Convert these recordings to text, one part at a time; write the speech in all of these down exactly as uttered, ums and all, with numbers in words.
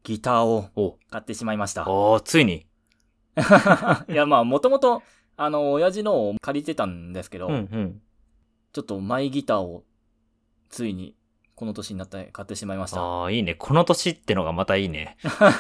ギターをお、 買ってしまいました。 ああ、ついに。 いや、まあ、もともと、あの、親父のを借りてたんですけど、 うんうん。 ちょっとマイギターを、ついに、この年になって買ってしまいました。 ああ、いいね。この年ってのがまたいいね。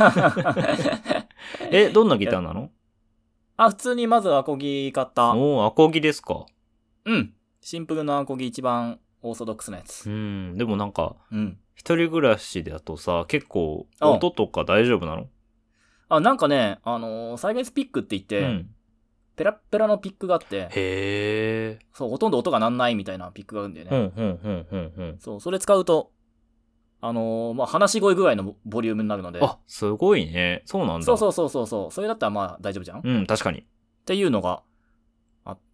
え、どんなギターなの？ あ、普通にまずアコギ買った。 おー、アコギですか。 うん。シンプルなアコギ一番オーソドックスなやうつ。 ん、でもなんか、 うん。 一人暮らしだとさ、結構、音とか大丈夫なの？ あ、なんかね、あのー、再現ピックって言って、 うん。 ペラッペラのピックがあって、 へえ。 そう、ほとんど音がなんないみたいなピックがあるんだよね。 うん、うん、うん、うん、うん。 そう、それ使うと、あのー、まあ、話し声ぐらいのボリュームになるので。 あ、すごいね。そうなんだ。 そうそうそうそうそう。それだったらまあ大丈夫じゃん？ うん、確かに。 っていうのがあって、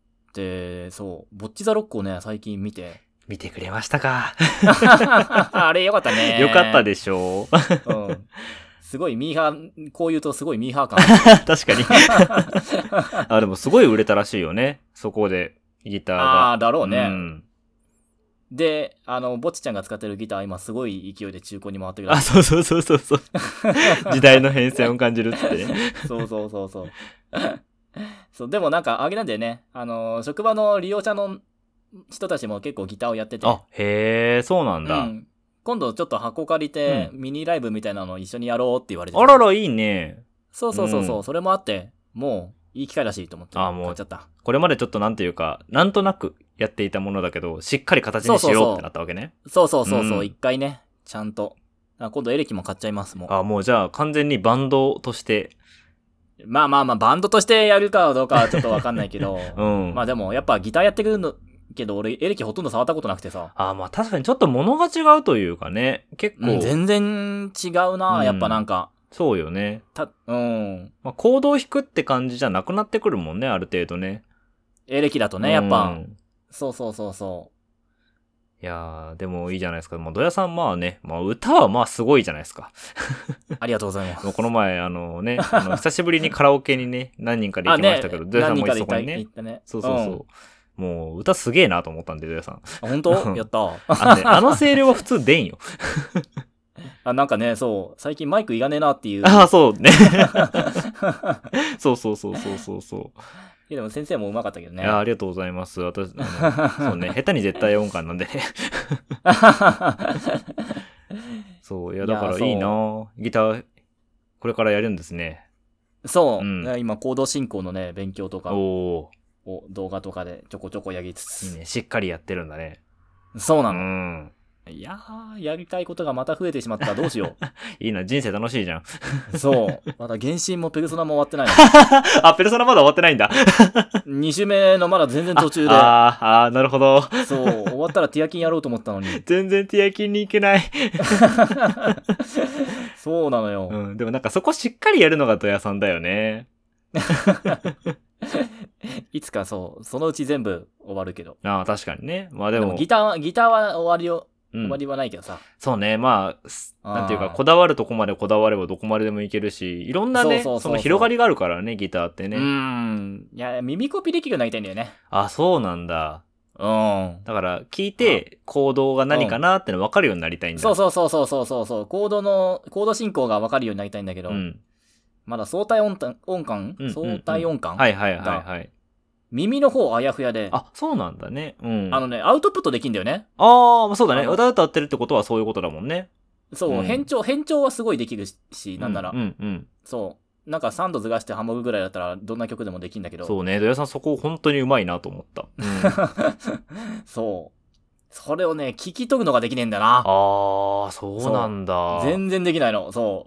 そう、ボッチザロックをね、最近見て。 見てくれましたか。 あれよかったね。 よかったでしょう。うん。すごいミーハー、こう言うとすごいミーハー感。 確かに。あ、でもすごい売れたらしいよね。そこで、ギターが。 ああ、だろうね。 うん。 で、あの、ぼっちちゃんが使ってるギター今すごい勢いで中古に回ってるらあ、 しい。 そうそうそうそうそう。時代の変遷を感じるっつってね。 そうそうそうそう。そう、でもなんかあれなんだよね。あの、職場の利用者の人たちも結構ギターをやってて。 あ、へえ、そうなんだ。 うん。今度ちょっと箱借りて、ミニライブみたいなの一緒にやろうって言われてて。 あらら、いいね。 そうそうそうそう、 うんそれもあって、もういい機会らしいと思ってあ、もう買っちゃった。 これまでちょっとなんていうか、なんとなくやっていたものだけど、しっかり形にしようってなったわけね。 そうそうそうそう、 うん一回ね、ちゃんと。あ、今度エレキも買っちゃいますもん。 あ、もうじゃあ完全にバンドとして。 まあまあまあ、バンドとしてやるかどうかはちょっとわかんないけど。 うん。 まあでも、やっぱギターやってくるの、けど俺エレキほとんど触ったことなくてさ。 あ、まあ確かにちょっと物が違うというかね。結構。 うん、全然違うな、 うん、 やっぱなんか。 そうよね。 た、うん。 まあ、コードを弾くって感じじゃなくなってくるもんね、ある程度ね。 エレキだとね、やっぱ。 うん、 そうそうそうそいやー、でもいいじゃないですか。まあ、ドヤさんまあね、まあ歌はまあすごいじゃないですか。 う。ありがとうございます。 もうこの前、あのね、あの、久しぶりにカラオケにね、何人かで行きましたけど、 ね、 ドヤさんも何人かでそこにね。 行ったね。 そうそうそう。うんもう歌すげえなと思ったんで、ドヤさん。 あ、本当やったあのね、あの声量は普通出んよ。 あ、なんかね、そう、最近マイクいらねえなっていう。 ああ、そうね。そうそうそうそうそうそう。 いやでも先生も上手かったけどね。 いや、ありがとうございます。私、あの、そうね、下手に絶対音感なんでね。そう、いや、だからいいなギター、これからやるんですね。 そう、 うん、 今、コード進行のね、勉強とかおを動画とかでちょこちょこやりつつ。 いいね、しっかりやってるんだね。 そうなの。 うん。 いやー、やりたいことがまた増えてしまった。どうしよいいな、人生楽しいじゃん。 う。そう。まだ原神もペルソナも終わってないの。 あ、ペルソナまだ終わってないんだ。 に週目のまだ全然途中で。 あーあー、なるほど。 そう、終わったらティアキンやろうと思ったのに。 全然ティアキンに行けない。 そうなのよ。 うん、でもなんかそこしっかりやるのがドヤさんだよね。 いつかそう、そのうち全部終わるけど。 ああ、確かにね。まあでも。 でもギターは、ギターは終わりよ、 うん、 終わりはないけどさ。 そうね、まあ、 あなんていうか、こだわるとこまでこだわればどこまででもいけるし、いろんなね、その広がりがあるからね、ギターってね。 うーん。いや、耳コピできるようになりたいんだよね。 あ、そうなんだ。 うん。 だから、聞いて、コードが何かなっての分かるようになりたいんだ。 そうそうそうそうそうそうそう。コードの、コード進行が分かるようになりたいんだけど、 うん、 まだ相対音感、音感、 うんうんうん、 相対音感はいはいはいはい。 耳の方あやふやで。 あ、そうなんだね。うん。 あのね、アウトプットできんだよね。 ああ、そうだね。歌歌ってるってことはそういうことだもんね。 そう、うん、変調、変調はすごいできるし、なんなら。 うんうんうん。 そう。なんかさんどずらしてハモるぐらいだったらどんな曲でもできんだけど。 そうね。ドヤさんそこ本当にうまいなと思った。うん、 そう。それをね、聞き取るのができねえんだな。 ああ、そうなんだ。 全然できないの。そう。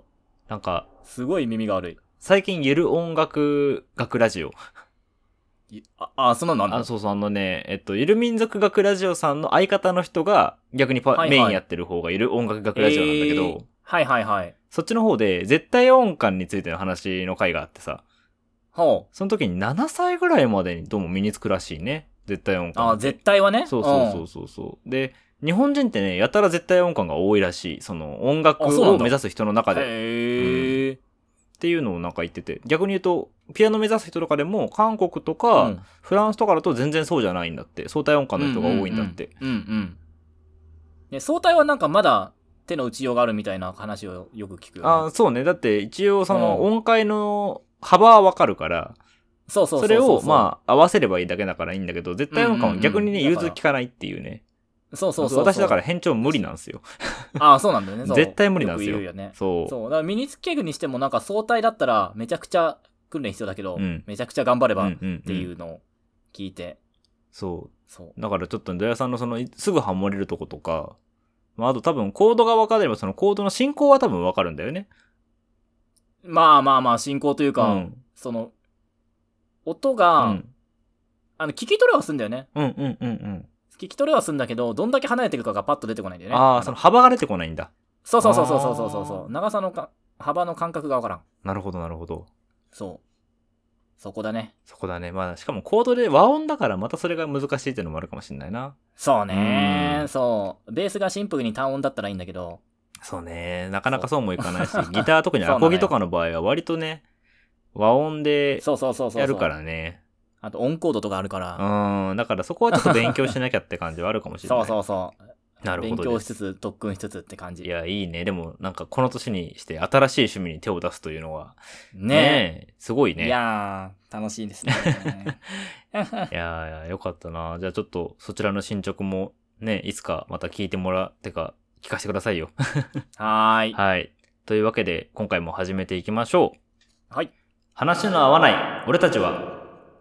なんか、 すごい耳が悪い。 最近ゆる音楽学ラジオ。 あ、あ、そんなのあんの？ あ、そうそう、あのね、えっと、ゆる民族学ラジオさんの相方の人が逆にパ、はいはい、メインやってる方がゆる音楽学ラジオなんだけど、えー、 はいはいはい。 そっちの方で絶対音感についての話の回があってさ、 ほう。 その時にななさいぐらいまでにどうも身につくらしいね。絶対音感。 あ、絶対はね。 そうそうそうそうそう。で、日本人ってね、やたら絶対音感が多いらしい。その音楽を目指す人の中で。 へー。うんっていうのをなんか言ってて、逆に言うと、ピアノ目指す人とかでも、韓国とか、うん、フランスとかだと全然そうじゃないんだって。相対音感の人が多いんだって。 うんうん、うんうんうん。ね、相対はなんかまだ、 手の打ちようがあるみたいな話をよく聞くよ、ね。 ああ、そうね。だって一応その音階の幅はわかるから、 そうそうそうそう。 それをまあ合わせればいいだけだからいいんだけど、絶対音感は逆にね、融通効かないっていうね。 そうそうそうそう。 私だから変調無理なんですよ。 ああ、そうなんだよね。 絶対無理なんですよ。 よく言うよね。 そう。 そう。だから身につけるにしてもなんか相対だったらめちゃくちゃ訓練必要だけど、 うん、 めちゃくちゃ頑張ればっうんうんうん、 ていうのを聞いて。 そう。 そう。 だからちょっとドヤさんのそのすぐハモれるとことか、まああと多分コードが分かればそのコードの進行は多分分かるんだよね。 まあまあまあ進行というか、 うん、 その、音が、うん、あの、聞き取れはするんだよね。 うんうんうんうん。 聞き取れはするんだけど、どんだけ離れてるかがパッと出てこないんだよね。 ああ、その幅が出てこないんだ。 そうそうそうそうそうそうそう。長さのか幅の感覚がわからん。 なるほどなるほど。 そう。そこだね。 そこだね。まあしかもコードで和音だからまたそれが難しいっていうのもあるかもしれないな。 そうねー。そう。ベースがシンプルに単音だったらいいんだけど。 そうね。なかなかそうもいかないし、ギター特にアコギとかの場合は割とね、和音でやるからね。 あとオンコードとかあるから。 うん。だからそこはちょっと勉強しなきゃって感じはあるかもしれない。 そうそうそう。 なるほど。 勉強しつつ、特訓しつつって感じ。 いや、いいね。でも、なんかこの年にして新しい趣味に手を出すというのは、 ねえ。 ねすごいね。 いやー、楽しいですね。 いやいや、よかったな。じゃあちょっとそちらの進捗もね、いつかまた聞いてもらってか、聞かせてくださいよ。 はーい。 はい。というわけで、今回も始めていきましょう。 はい。 話の合わない、俺たちは。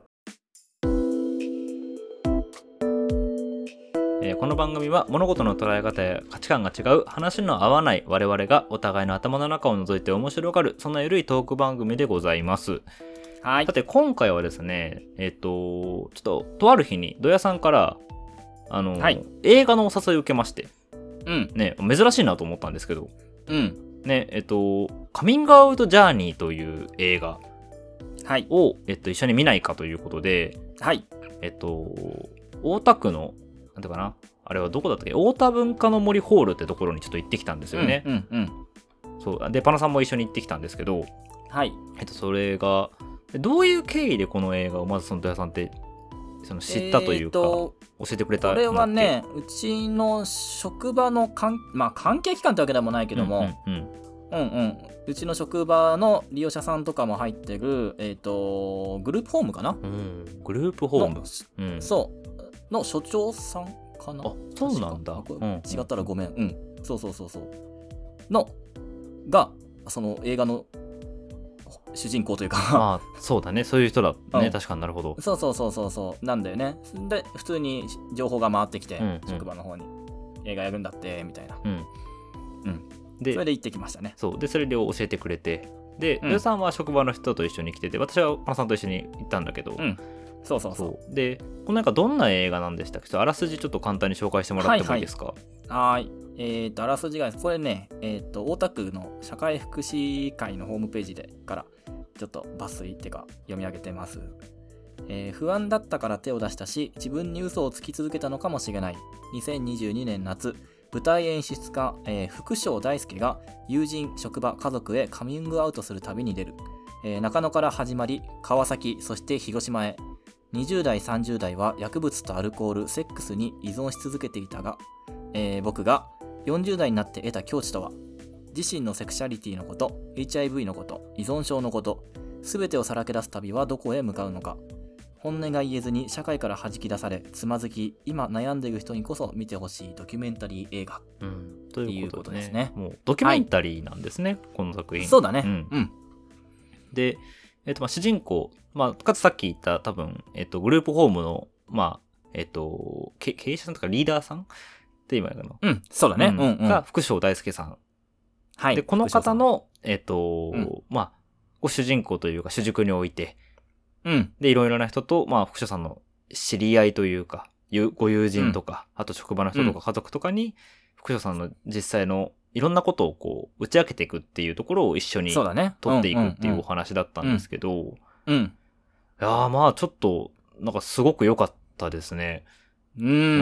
この番組は物事の捉え方や価値観が違う話の合わない我々がお互いの頭の中を覗いて面白がるそんな緩いトーク番組でございます。 はい。 さて今回はですね、えっとちょっととある日にドヤさんからあの、はい、映画のお誘いを受けまして、 うんね珍しいなと思ったんですけど、 うんねえっとカミングアウトジャーニーという映画を、 はい、 えっと一緒に見ないかということで、 はいえっと大田区のなんていうかなあれはどこだったっけ太田文化の森ホールってところにちょっと行ってきたんですよね。 うんうんうん、 そうでパナさんも一緒に行ってきたんですけど、 はいえっとそれがどういう経緯でこの映画をまずその戸谷さんってその知ったというか、えー、教えてくれたんだっけ。 これはねうちの職場のかん、まあ、関係機関ってわけでもないけども、うんうん、うんうん、うちの職場の利用者さんとかも入ってる、えー、とグループホームかな、 うん、グループホーム、 うん、そうの所長さんかな。 あ、そうなんだ。 うん、違ったらごめん。うん。そうそうそうそう。の、が、その映画の主人公というか。 まあ、そうだね。そういう人だね。うん、確かになるほど。 そうそうそうそうそう。なんだよね。で、普通に情報が回ってきて、うんうん、職場の方に映画やるんだって、みたいな。うん。うん。で、それで行ってきましたね。 そう。で、それで教えてくれて。で、ル、うん、さんは職場の人と一緒に来てて、私はパナさんと一緒に行ったんだけど、 うんそうそうそう。 そうで、このなんかどんな映画なんでしたっけ？あらすじちょっと簡単に紹介してもらってもいいですか？ はい、はい。えっ、ー、と、あらすじが、これね、えっ、ー、と、大田区の社会福祉会のホームページでから、ちょっと抜粋っていうか、読み上げてます。えー、不安だったから手を出したし、自分に嘘をつき続けたのかもしれない。にせんにじゅうにねん夏、舞台演出家、えー、福正大輔が友人、職場、家族へカミングアウトする旅に出る。えー、中野から始まり、川崎、そして広島へ。にじゅう代さんじゅう代は薬物とアルコールセックスに依存し続けていたが、えー、僕がよんじゅう代になって得た境地とは、自身のセクシャリティのこと、 エイチアイブイ のこと、依存症のこと、全てをさらけ出す旅はどこへ向かうのか。本音が言えずに社会から弾き出されつまずき、今悩んでいる人にこそ見てほしいドキュメンタリー映画、うん、ということですね。 もうドキュメンタリーなんですね、はい、この作品。 そうだね、 うん、 うん、 でえっと、まあ主人公、まあ、かつさっき言った多分、えっと、グループホームの、まあ、えっと、経営者さんとかリーダーさんって今やるの。 うん、そうだね。うん、うん、 が、福正大輔さん。 はい。 で、この方の、えっと、うん、まあ、ご主人公というか主軸において、 うん。 で、いろいろな人と、まあ、福正さんの知り合いというか、ご友人とか、うん、あと職場の人とか家族とかに、福正さんの実際のいろんなことをこう打ち明けていくっていうところを一緒に取っていくっていうお話だったんですけど、 うん。 いやーまあちょっとなんかすごく良かったですね。 うん。うん、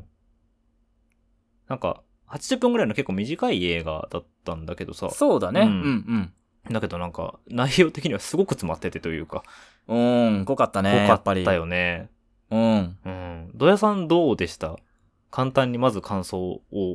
なんかはちじゅっぷんぐらいの結構短い映画だったんだけどさ。 そうだね。うん、うん、うん。 だけどなんか内容的にはすごく詰まっててというか。 うん、濃かったね。 濃かったよね。 うん。 うん。どやさんどうでした？簡単にまず感想を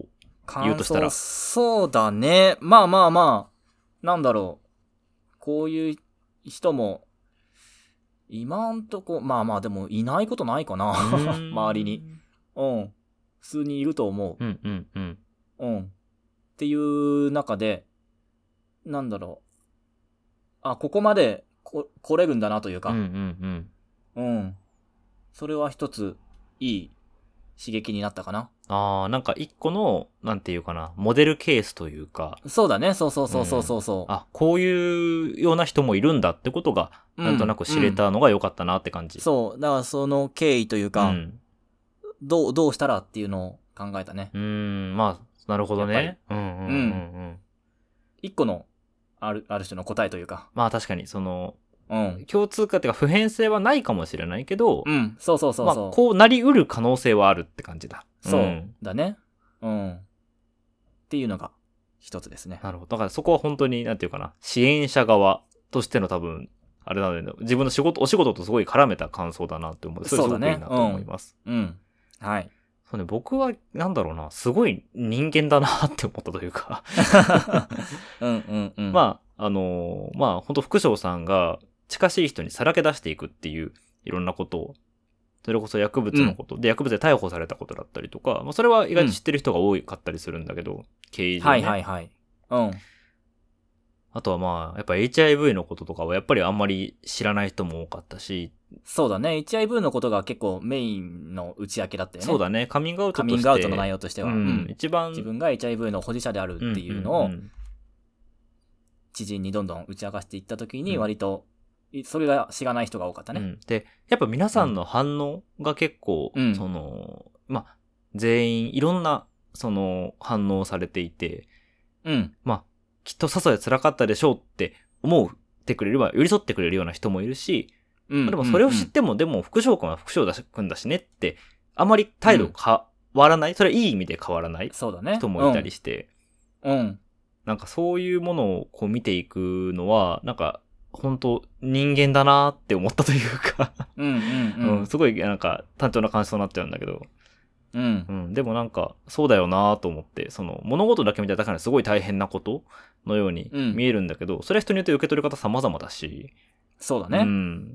言うとしたら。 感想そうだね。まあまあまあ、なんだろう。こういう人も、今んとこ、まあまあでもいないことないかな。周りに。うん。普通にいると思うんうんうん。 う。うん。っていう中で、なんだろう。あ、ここまでこ来れるんだなというか。 うんうんうん。 うん。それは一つ、いい刺激になったかな。 ああ、なんか一個の、なんていうかな、モデルケースというか。 そうだね。そうそうそうそうそうそう。 あ、こういうような人もいるんだってことが、 うんなんとなく知れたのが良かったなって感じ。 そう。だからその経緯というか、 うん。 どう、どうしたらっていうのを考えたね。 うーん、まあ、なるほどね。うんうんうんうん。 一個の、ある、ある種の答えというか。 まあ確かに、その、 うん。 共通化っていうか普遍性はないかもしれないけど、 うん。そうそうそうそう。 まあ、こうなりうる可能性はあるって感じだ。 そう、 んだね。うん。っていうのが一つですね。 なるほど。だからそこは本当に、なんていうかな、支援者側としての多分、あれなので、自分の仕事、お仕事とすごい絡めた感想だなって思う。それすごくいいなと思います。 うん。うん。はい。 そうね、僕は、なんだろうな、すごい人間だなって思ったというかうんうんうん。 まあ、あのーまあ、本当副将さんが近しい人にさらけ出していくっていう、いろんなことを、それこそ薬物のこと、で、薬物で逮捕されたことだったりとか、まあ、それは意外と知ってる人が多かったりするんだけど、経緯上ね。 はいはいはい。うん。 あとはまあ、やっぱ エイチアイブイ のこととかはやっぱりあんまり知らない人も多かったし、 そうだね。エイチアイブイ のことが結構メインの打ち明けだったよね。 そうだね、カミングアウトとして。 カミングアウトの内容としては。 ううんん。 一番、 自分が エイチアイブイ の保持者であるっていうのをうんうんうん知人にどんどん打ち明かしていったときにうん割と、いそれが知らない人が多かったね。 うんで、やっぱ皆さんの反応が結構、 うんその、まあ、全員いろんな、その、反応をされていて、 うん。 まあ、きっと笹谷辛かったでしょうって思ってくれれば、寄り添ってくれるような人もいるし、 うん。 まあでもそれを知っても、でも副将君は副将君だしねって、あまり態度変わらない、それはいい意味で変わらないそうだね。 人もいたりして、 うん。うん。 なんかそういうものをこう見ていくのは、なんか、本当人間だなって思ったというかうんうんううんん、すごいなんか単調な感想になっちゃうんだけど、 うんう。ん、でもなんかそうだよなと思って、その物事だけ見たらだからすごい大変なことのように見えるんだけど、それは人によって受け取り方様々だし、 そうだね。 うん、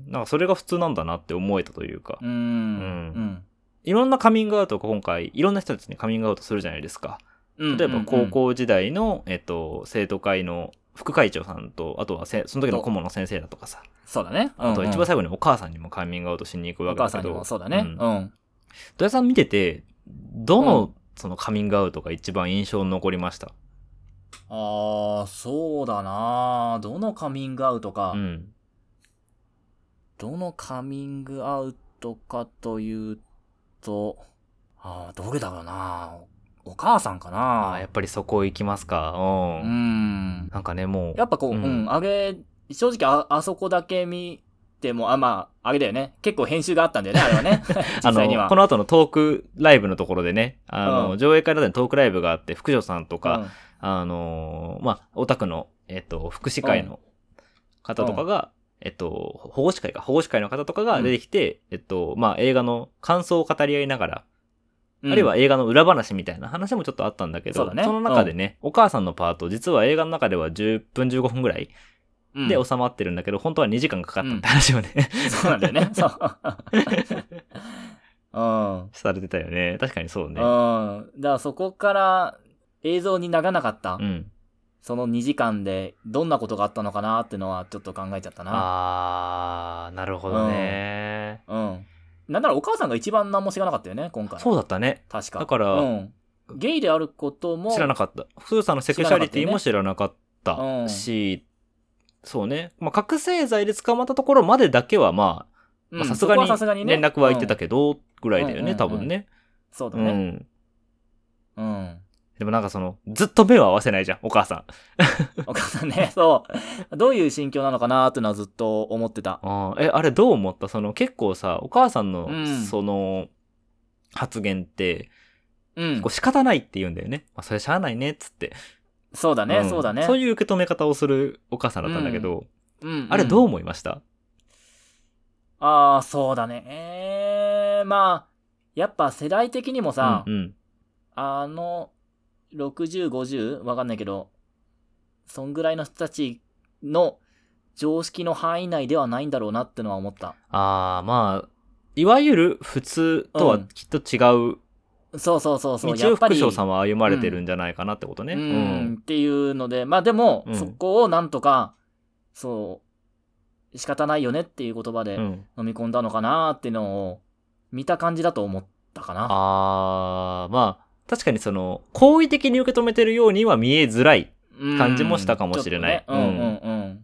なんかそれが普通なんだなって思えたというか、 うん。うん。 いろんなカミングアウトを今回、いろんな人たちにカミングアウトするじゃないですか。 うん。 例えば高校時代の、えっと、生徒会の副会長さんと、あとはせその時の顧問の先生だとかさ。 そうだね。 あとは一番最後にお母さんにもカミングアウトしに行くわおけだけど。 母さんにもそうだね。 うん。 うん。 土屋さん見てて、どうのそのカミングアウトが一番印象に残りました？ ああ、そうだな。どのカミングアウトか。 うん。 どのカミングアウトかというと、ああ、どれだろうな。お母さんかあな。 あ、やっぱりそこ行きますか。 ううん。 ん。 なんかね、もう。 やっぱこう、う、 うんん。 あれ、正直あ、あそこだけ見ても、あ、まあ、あれだよね。結構編集があったんだよね、あれはね。 あ実際には。 の、この後のトークライブのところでね、あの、 うん上映会の後にトークライブがあって、副将さんとか、 うんあのーまあ、オタクの、えっと、福祉会の方とかが、えっと、保護司会か、保護司会の方とかが出てきて、えっと、まあ、映画の感想を語り合いながら、 うんあるいは映画の裏話みたいな話もちょっとあったんだけど、 そうだねの中でね、お母さんのパート、実は映画の中ではじゅっぷんじゅうごふんぐらいうんで収まってるんだけど、本当はにじかんかかったって話をね、 そうなんだよね。そう。うん。 されてたよね。確かにそうね。 うん。だからそこから映像にならなかった、 うん。 そのにじかんでどんなことがあったのかなってのはちょっと考えちゃったな。 あー、なるほどね。 うん。なんならお母さんが一番何も知らなかったよね、今回。 そうだったね。 確か。 だからうん。ゲイであることも知らなかった。フーさんのセクシャリティも知らなかったうんし、そうね。まあ、覚醒剤で捕まったところまでだけは、まあ、 うんさすがそこはさすがにねに連絡は言ってたけど、ぐらいだよね、 うんうんうん多分ね。うそうだね。 ん。 うん。 でもなんかその、ずっと目を合わせないじゃん、お母さん。 お母さんね、そう。どういう心境なのかなーってのはずっと思ってた。 あーえ、あれどう思った？その、結構さ、お母さんのうん、 その、発言って、 うんこう。仕方ないって言うんだよね。まあ、それしゃあないね、っつって。 そうだね、 んそうだね。 そういう受け止め方をするお母さんだったんだけど、 うん、うん。 あれどう思いました？ ああ、そうだね。えー、まあ、やっぱ世代的にもさ、 うんうん。 あの、 ろくじゅう、ごじゅう? わかんないけど、そんぐらいの人たちの常識の範囲内ではないんだろうなってのは思った。 ああ、まあ、いわゆる普通とはきっと違う、 うん、そうそうそうそう。 道を福将さんは歩まれてるんじゃないかなってことね。 うん。 うんうん、っていうので、まあでも、うん、そこをなんとか、そう、仕方ないよねっていう言葉で飲み込んだのかなっていうのを見た感じだと思ったかな。 ああ、まあ、確かにその、好意的に受け止めてるようには見えづらい感じもしたかもしれない。 うん、うん、うん。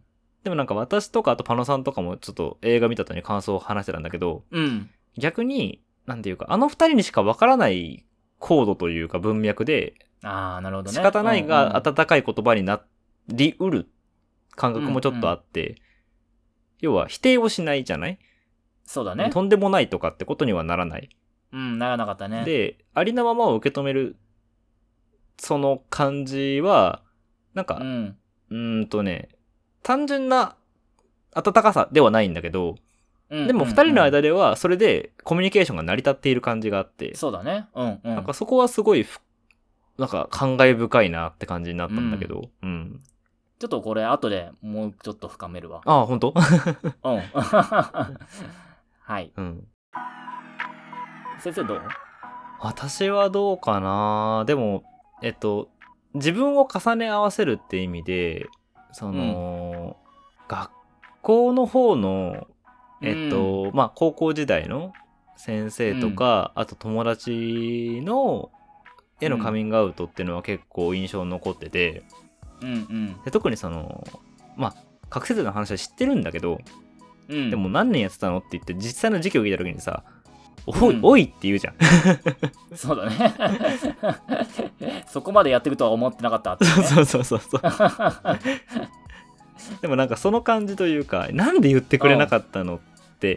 でもなんか私とかあとパノさんとかもちょっと映画見た後に感想を話してたんだけど、 うん、 逆に、なんていうか、あの二人にしかわからないコードというか文脈で、 ああ、なるほどね。 仕方ないが温かい言葉になりうる感覚もちょっとあって、うんうん、要は否定をしないじゃない？ そうだね。 とんでもないとかってことにはならない。 うん、ならなかったね。 で、ありのままを受け止める、その感じは、なんか、うん、うーんとね、単純な温かさではないんだけど、うんうんうん、でも二人の間ではそれでコミュニケーションが成り立っている感じがあって、 そうだね。うんうん。 なんかそこはすごいなんか感慨深いなって感じになったんだけど、うん。うん、 ちょっとこれ後でもうちょっと深めるわ。 ああ、本当？ うん。はい。 うん。 先生どう？ 私はどうかな。でも、えっと、自分を重ね合わせるって意味で、その、うん、学校の方の、えっと、うん、まあ、高校時代の先生とか、うん、あと友達の、へのカミングアウトっていうのは結構印象に残ってて、 うんうん、 で特にその、まあ、覚醒剤の話は知ってるんだけど、うん、でも何年やってたのって言って実際の時期を聞いた時にさ、おい、うん、おいって言うじゃん。 そうだね。そこまでやってるとは思ってなかったって、ね。 そうそうそうそう。でもなんかその感じというか、なんで言ってくれなかったのって、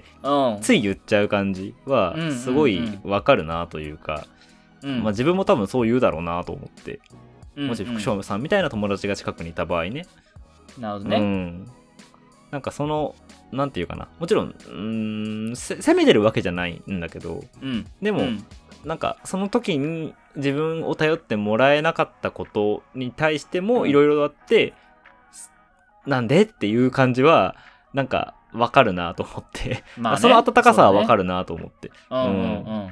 うん、つい言っちゃう感じはすごいわかるなというか、うんまあ、自分も多分そう言うだろうなと思って、うんうん、もし福将さんみたいな友達が近くにいた場合ね。 なるほどね。 うん、なんかそのなんていうかな、もちろん、うーん責めてるわけじゃないんだけど、うん、でも、うん、なんかその時に自分を頼ってもらえなかったことに対してもいろいろあって、うん、なんでっていう感じはなんかわかるなと思って、まあね、その温かさはわかるなと思って。 うんうんうん。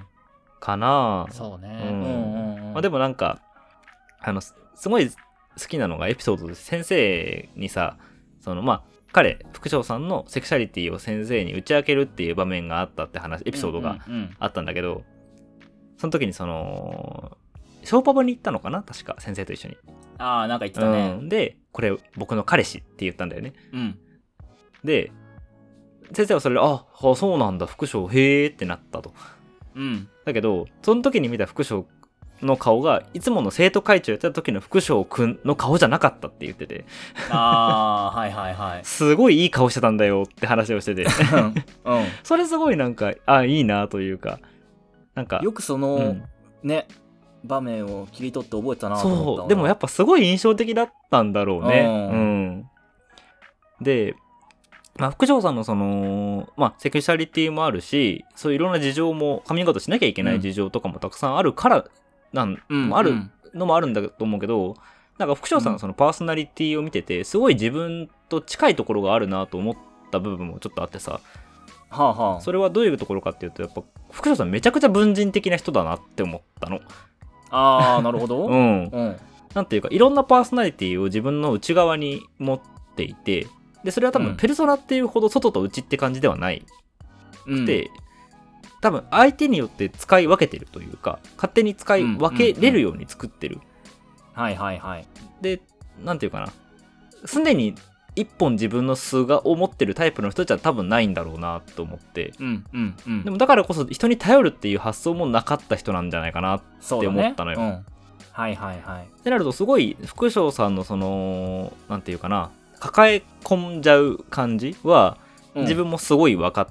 かなぁ。 そうね。 うんうんうんまあ、でもなんかあのすごい好きなのがエピソードで先生にさ、そのまあ彼福将さんのセクシャリティを先生に打ち明けるっていう場面があったって話エピソードがあったんだけど、うんうんうん、その時にそのショーパブに行ったのかな確か先生と一緒に。 ああなんか言ってたね、 うん。でこれ僕の彼氏って言ったんだよね。 うん、 で先生はそれでああそうなんだ福将へーってなったと。 うん、 だけどその時に見た福将の顔がいつもの生徒会長やった時の福将くんの顔じゃなかったって言っててああはいはいはいすごいいい顔してたんだよって話をしてて、うん、それすごいなんかあいいなというかなんかよくその、うん、ね場面を切り取って覚えたなと思った。 そうでもやっぱすごい印象的だったんだろうね、うんうん、でまあ、福将さんのその、まあ、セクシャリティもあるし、そういういろんな事情も、カミングアウトしなきゃいけない事情とかもたくさんあるから、なん、うん、あるのもあるんだと思うけど、なんか福将さんのそのパーソナリティを見てて、すごい自分と近いところがあるなと思った部分もちょっとあってさ、 はあはあ、 それはどういうところかっていうと、やっぱ福将さんめちゃくちゃ文人的な人だなって思ったの。 ああ、なるほど。 うん、うん。なんていうか、いろんなパーソナリティを自分の内側に持っていて、でそれは多分ペルソナっていうほど外と内って感じではないくて、うん、多分相手によって使い分けてるというか勝手に使い分けれるように作ってる、うんうんうん、はいはいはい。 でなんていうかな常に一本自分の素がを持ってるタイプの人じゃ多分ないんだろうなと思って、 うんうんうん、 でもだからこそ人に頼るっていう発想もなかった人なんじゃないかなって思ったのよ、 ねうん、はいはいはい。 ってなるとすごい福将さんのそのなんていうかな抱え込んじゃう感じは、うん、自分もすごい分かって、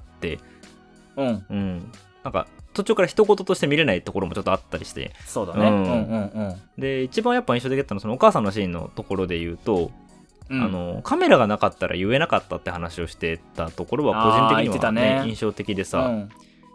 うんうん、なんか途中から一言として見れないところもちょっとあったりして、 そうだね、うんうんうんうん、で一番やっぱ印象的だったのはそのお母さんのシーンのところで言うと、うん、あのカメラがなかったら言えなかったって話をしてたところは個人的には、ねね、印象的でさ、うん、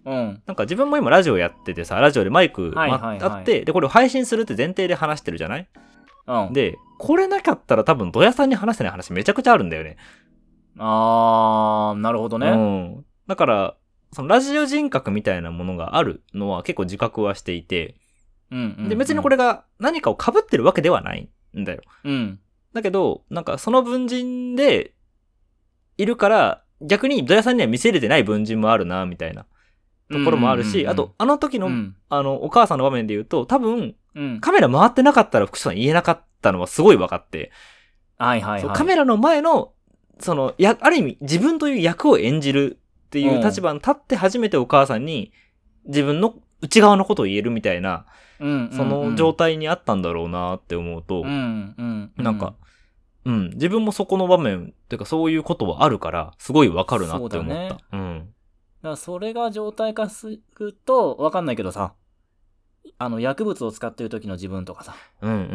うん。 なんか自分も今ラジオやっててさ、ラジオでマイク、 はいはいはいまあってでこれを配信するって前提で話してるじゃない。 うん。 でこれなかったら多分ドヤさんに話せない話めちゃくちゃあるんだよね。 あー、なるほどね。 うん。だからそのラジオ人格みたいなものがあるのは結構自覚はしていて、 うんうんうん、 で別にこれが何かを被ってるわけではないんだよ。 うん。 だけどなんかその文人でいるから逆にドヤさんには見せれてない文人もあるなみたいなところもあるし、 うんうんうんうん、 あとあの時の、 うん、 あのお母さんの場面で言うと多分、 うん、 カメラ回ってなかったら福士さん言えなかったのはすごい分かって、 はいはいはい、 そうカメラの前のそのやある意味自分という役を演じるっていう立場に立って初めてお母さんに自分の内側のことを言えるみたいな、 うんうんうん、 その状態にあったんだろうなって思うと、 うんうんうん、 なんか、うん、自分もそこの場面っていうかそういうことはあるからすごいわかるなって思った。 そうだね。 うん。 だからそれが状態化するとわかんないけどさ、あの薬物を使ってる時の自分とかさ、 うんうんうん、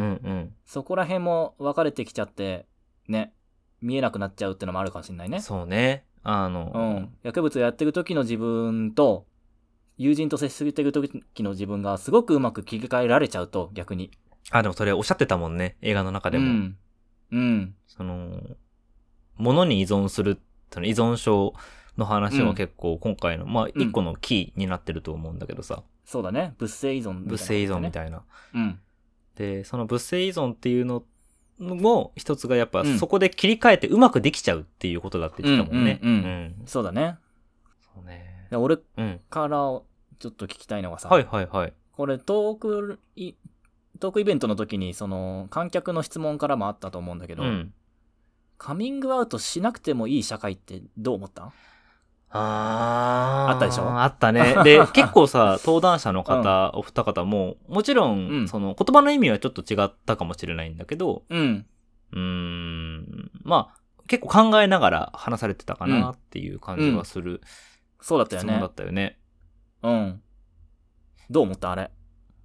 そこら辺も分かれてきちゃってね、見えなくなっちゃうってのもあるかもしれないね。 そうね。あの、 うん、薬物をやってる時の自分と友人と接してる時の自分がすごくうまく切り替えられちゃうと逆に。 あ、でもそれおっしゃってたもんね、映画の中でも。 うん。うん。 その、物に依存する、その依存症の話も結構今回の、うん、まあ一個のキーになってると思うんだけどさ。うん、 そうだね。物性依存みたいな、ね。 物性依存みたいな。 うん。 で、その物性依存っていうのも一つがやっぱそこで切り替えてうまくできちゃうっていうことだって言ってたもんね。 うんうんうんうん、そうだね。 そうね。 俺からちょっと聞きたいのがさ。 はいはいはい。 これトークイ、トークイベントの時にその観客の質問からもあったと思うんだけど、うん、カミングアウトしなくてもいい社会ってどう思った？ ああったでしょ？ あったね。で、結構さ、登壇者の方、うん、お二方も、もちろん、うん、その言葉の意味はちょっと違ったかもしれないんだけど、 うん。 うーん、まあ、結構考えながら話されてたかなっていう感じはする、うん、 そうだったよね。 そうだったよね。 うん。どう思ったあれ？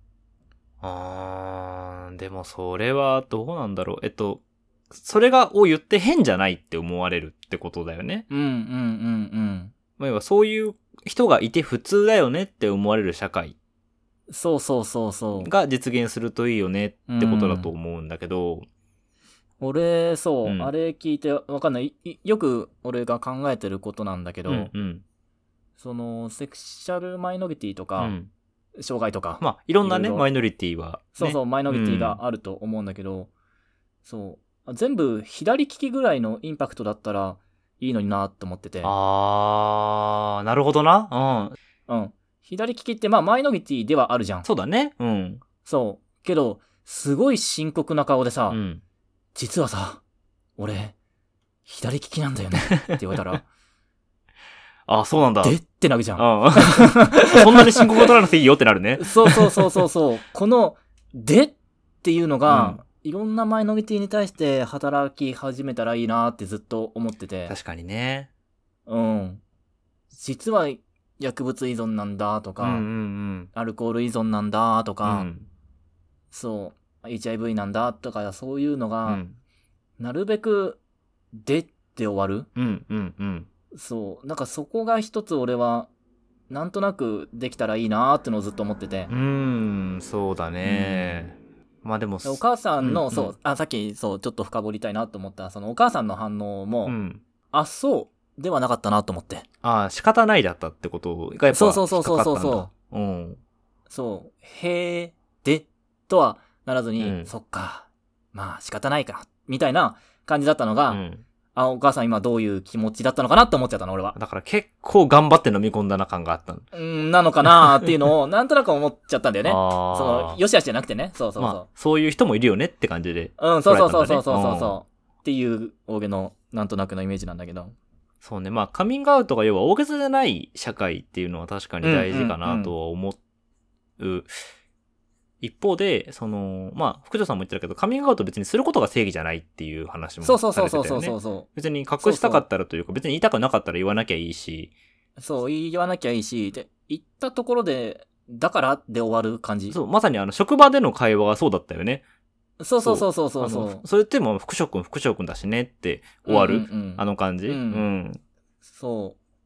あー、でもそれはどうなんだろう。えっと、それがを言って変じゃないって思われるってことだよね。 うんうんうんうん。 まあ、要はそういう人がいて普通だよねって思われる社会。 そうそうそうそう。 が実現するといいよねってことだと思うんだけど。うん、 俺、そう、 うん、 あれ聞いてわかんない。よく俺が考えてることなんだけど、 うんうん、 その、セクシャルマイノリティとか、うん、障害とか。 まあ、いろんなね、マイノリティは、ね。 そうそう、マイノリティがあると思うんだけど、うん、そう。全部左利きぐらいのインパクトだったらいいのになって思ってて。 あー、なるほどな。 うん。うん。左利きってまあマイノリティではあるじゃん。 そうだね。うん。 そう。けど、すごい深刻な顔でさ、うん、実はさ、俺、左利きなんだよねって言われたら。 あ、そうなんだ。 でってなるじゃん。 うん、そんなに深刻が取らなくていいよってなるね。 そうそうそうそうそう。この、でっていうのが、うんいろんなマイノリティに対して働き始めたらいいなってずっと思ってて。 確かにね。 うん。実は薬物依存なんだとか、 うんうんうん、 アルコール依存なんだとか、 うん、 そう、エイチアイブイ なんだとか、そういうのが、うん、なるべくでって終わる。 うんうんうん。 そう、なんかそこが一つ俺は、なんとなくできたらいいなってのをずっと思ってて。 うーん、そうだね。うんまあでもお母さんの、うんうん、そうあさっきそうちょっと深掘りたいなと思ったそのお母さんの反応も、うん、あそうではなかったなと思ってああ仕方ないだったってことがやっぱそうそうそうそうそうそう、 うん、 そうへえでとはならずに、うん、そっかまあ仕方ないかみたいな感じだったのが、うんあ、お母さん今どういう気持ちだったのかなって思っちゃったの、俺は。 だから結構頑張って飲み込んだな感があったの。 うん、なのかなっていうのを、なんとなく思っちゃったんだよね。その、よしあしじゃなくてね。そうそうそう、まあ。 そういう人もいるよねって感じで、ね。 うん、そうそうそうそうそうそうそう。っていう大げの、なんとなくのイメージなんだけど。 そうね。まあ、カミングアウトが要は大げさじゃない社会っていうのは確かに大事かなとは思う。うんうんうん一方で、その、まあ、福女さんも言ってたけど、カミングアウト別にすることが正義じゃないっていう話もされてたよね。そうそうそうそうそう。別に隠したかったらというか、別に言いたくなかったら言わなきゃいいし。 そう、言わなきゃいいし、で、言ったところで、だからで終わる感じ。 そう、まさにあの、職場での会話がそうだったよね。 そうそうそうそうそうそう。 それっても、福将君、福将君だしねって終わる、うんうんうん、あの感じ、うん、うん。 そう。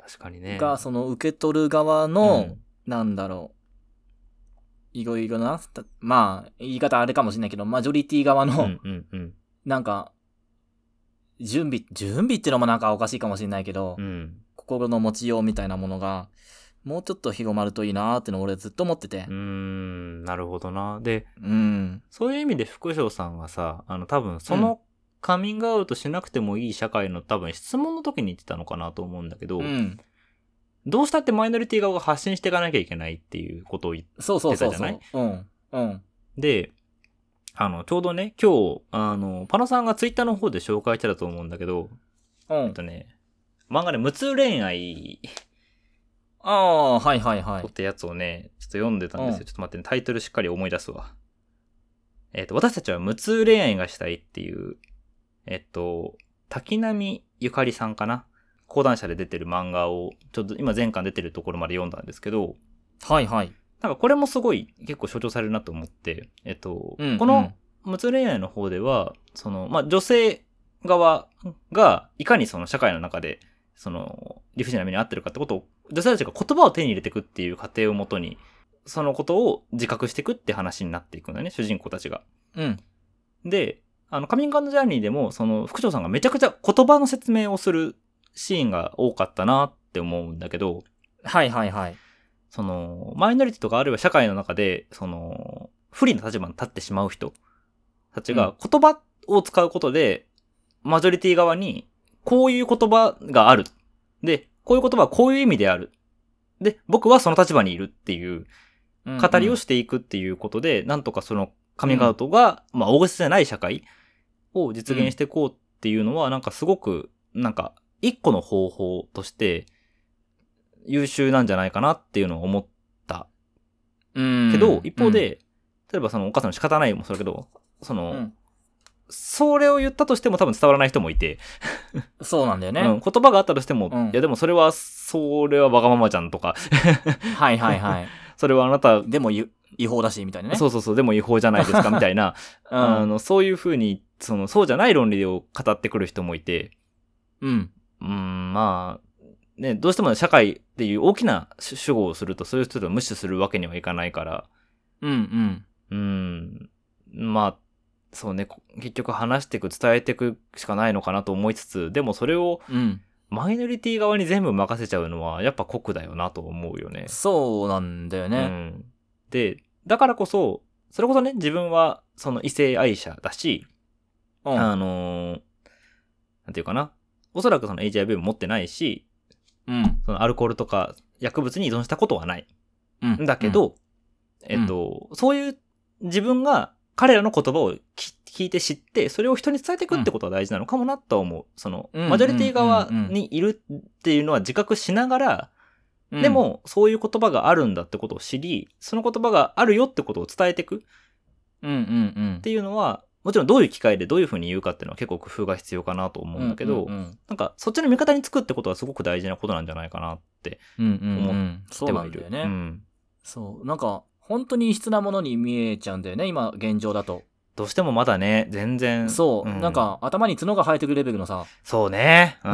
確かにね。 が、その受け取る側の、 うんなんだろう、いろいろな、たまあ、言い方あれかもしれないけど、マジョリティ側の、 うんうんうん。 なんか、準備、準備っていうのもなんかおかしいかもしれないけど、 うん。 心の持ちようみたいなものが、もうちょっと広まるといいなーってのを俺ずっと思っててうー。ん、なるほどな。で、 うん。 そういう意味で福翔さんはさ、あの多分そのカミングアウトしなくてもいい社会の多分質問の時に言ってたのかなと思うんだけど、 うん。 どうしたってマイノリティ側が発信していかなきゃいけないっていうことを言って、 そうそうそうそ。 出たじゃないううん。うん。 で、あの、ちょうどね、今日、あの、パナさんがツイッターの方で紹介してたと思うんだけど、 うん。 えっとね、漫画で無痛恋愛ああ、はいはいはい。 ってやつをね、ちょっと読んでたんですよ。 うんちょっと待ってね、タイトルしっかり思い出すわ。えっと、私たちは無痛恋愛がしたいっていう、えっと、滝波ゆかりさんかな。講談社で出てる漫画を、ちょっと今前巻出てるところまで読んだんですけど、 はいはい。 なんかこれもすごい結構象徴されるなと思って、えっと、 うんこの無痛恋愛の方では、その、まあ、女性側がいかにその社会の中で、その、理不尽な目に遭ってるかってことを、女性たちが言葉を手に入れていくっていう過程をもとに、そのことを自覚していくって話になっていくんだよね、主人公たちが。 うん。 で、あの、カミングアウトジャーニーでも、その、副長さんがめちゃくちゃ言葉の説明をするシーンが多かったなって思うんだけど、 はいはいはい。 その、マイノリティとかあるいは社会の中で、その、不利な立場に立ってしまう人たちが言葉を使うことで、マジョリティ側に、こういう言葉がある。で、こういう言葉はこういう意味である。で、僕はその立場にいるっていう語りをしていくっていうことで、なんとかそのカミングアウトが、まあ大げさじゃない社会を実現していこうっていうのは、なんかすごく、なんか一個の方法として優秀なんじゃないかなっていうのを思った。 うん。 けど、一方で、例えばそのお母さんの仕方ないもそうだけど、その、 うん、 それを言ったとしても多分伝わらない人もいて、 そうなんだよね。 うん、言葉があったとしても、 うんいやでもそれは、それはわがままじゃんとか、 はいはいはい。 それはあなた、 でもゆ違法だし、みたいなね。 そうそうそう、でも違法じゃないですかみたいな、 うん。 あの、そういう風に、その、そうじゃない論理を語ってくる人もいて、 うん。 うーん、まあ、ね、どうしても社会っていう大きな主語をすると、そういう人を無視するわけにはいかないから、 うんうん。 うーん、まあ、そうね、結局話していく、伝えていくしかないのかなと思いつつ、でもそれをうん。 マイノリティ側に全部任せちゃうのは、やっぱ酷だよなと思うよね。 そうなんだようね。 ん。で、だからこそ、それこそね、自分はその異性愛者だし、 うん。 あのー、なんていうかな。おそらくその エイチアイブイ も持ってないし、 うん。 そのアルコールとか薬物に依存したことはない。 うん。 んだけど、えっと、そういう自分が彼らの言葉を聞いて知って、それを人に伝えていくってことは大事なのかもなとは思う。その、 うんマジョリティ側にいるっていうのは自覚しながら、 うん、 でも、そういう言葉があるんだってことを知り、その言葉があるよってことを伝えていくうんうんうん。 っていうのは、もちろんどういう機会でどういうふうに言うかっていうのは結構工夫が必要かなと思うんだけど、 うんうんうん、 なんかそっちの味方につくってことはすごく大事なことなんじゃないかなって思ってはいる。 うんうんうん、そうなんだよね。 うん、 そう。なんか、本当に異質なものに見えちゃうんだよね、今、現状だと。 どうしてもまだね、全然。 そう。 うん、 なんか、頭に角が生えてくるレベルのさ。 そうね。うん。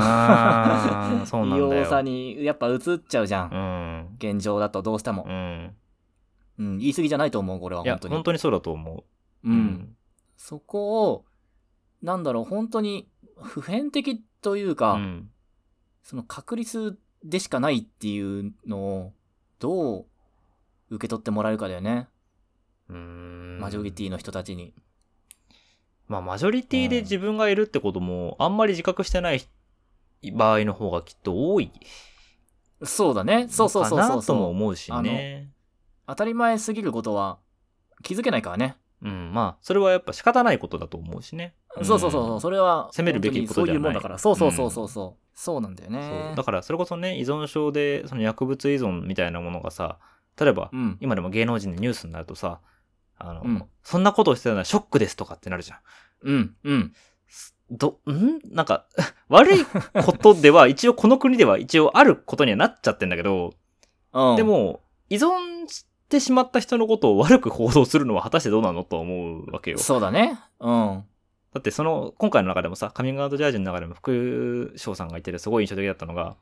そうなんだよ。 異様さに、やっぱ映っちゃうじゃん。 うん。 現状だとどうしても。 うん。 うん、言い過ぎじゃないと思う、これは本当に。 いや、本当にそうだと思う。うん。そこを、なんだろう、本当に普遍的というか、うん、その確率でしかないっていうのを、どう受け取ってもらえるかだよね。 うーん。 マジョリティの人たちに。 まあ、マジョリティで自分がいるってことも、あんまり自覚してない場合の方がきっと多い。 そうだね。そうそうそうそうそう。 かなとも思うしね。 当たり前すぎることは気づけないからね。 うん、まあ、それはやっぱ仕方ないことだと思うしね。 うん、そうそうそう、それは、 責めるべきことじゃない。 そういうもんだから。そうそうそうそうそう。うん、そうなんだよね。 そうだから、それこそね、依存症で、その薬物依存みたいなものがさ、例えば、うん、今でも芸能人でニュースになるとさ、あの、うん、そんなことをしてたのはショックですとかってなるじゃん。 うん、うん。 ど、んなんか、悪いことでは、一応この国では一応あることにはなっちゃってんだけど、うん、でも、依存してしまった人のことを悪く報道するのは果たしてどうなのと思うわけよ。 そうだね。うん。 だってその、今回の中でもさ、カミングアウトジャージの中でも副将さんが言っててすごい印象的だったのが、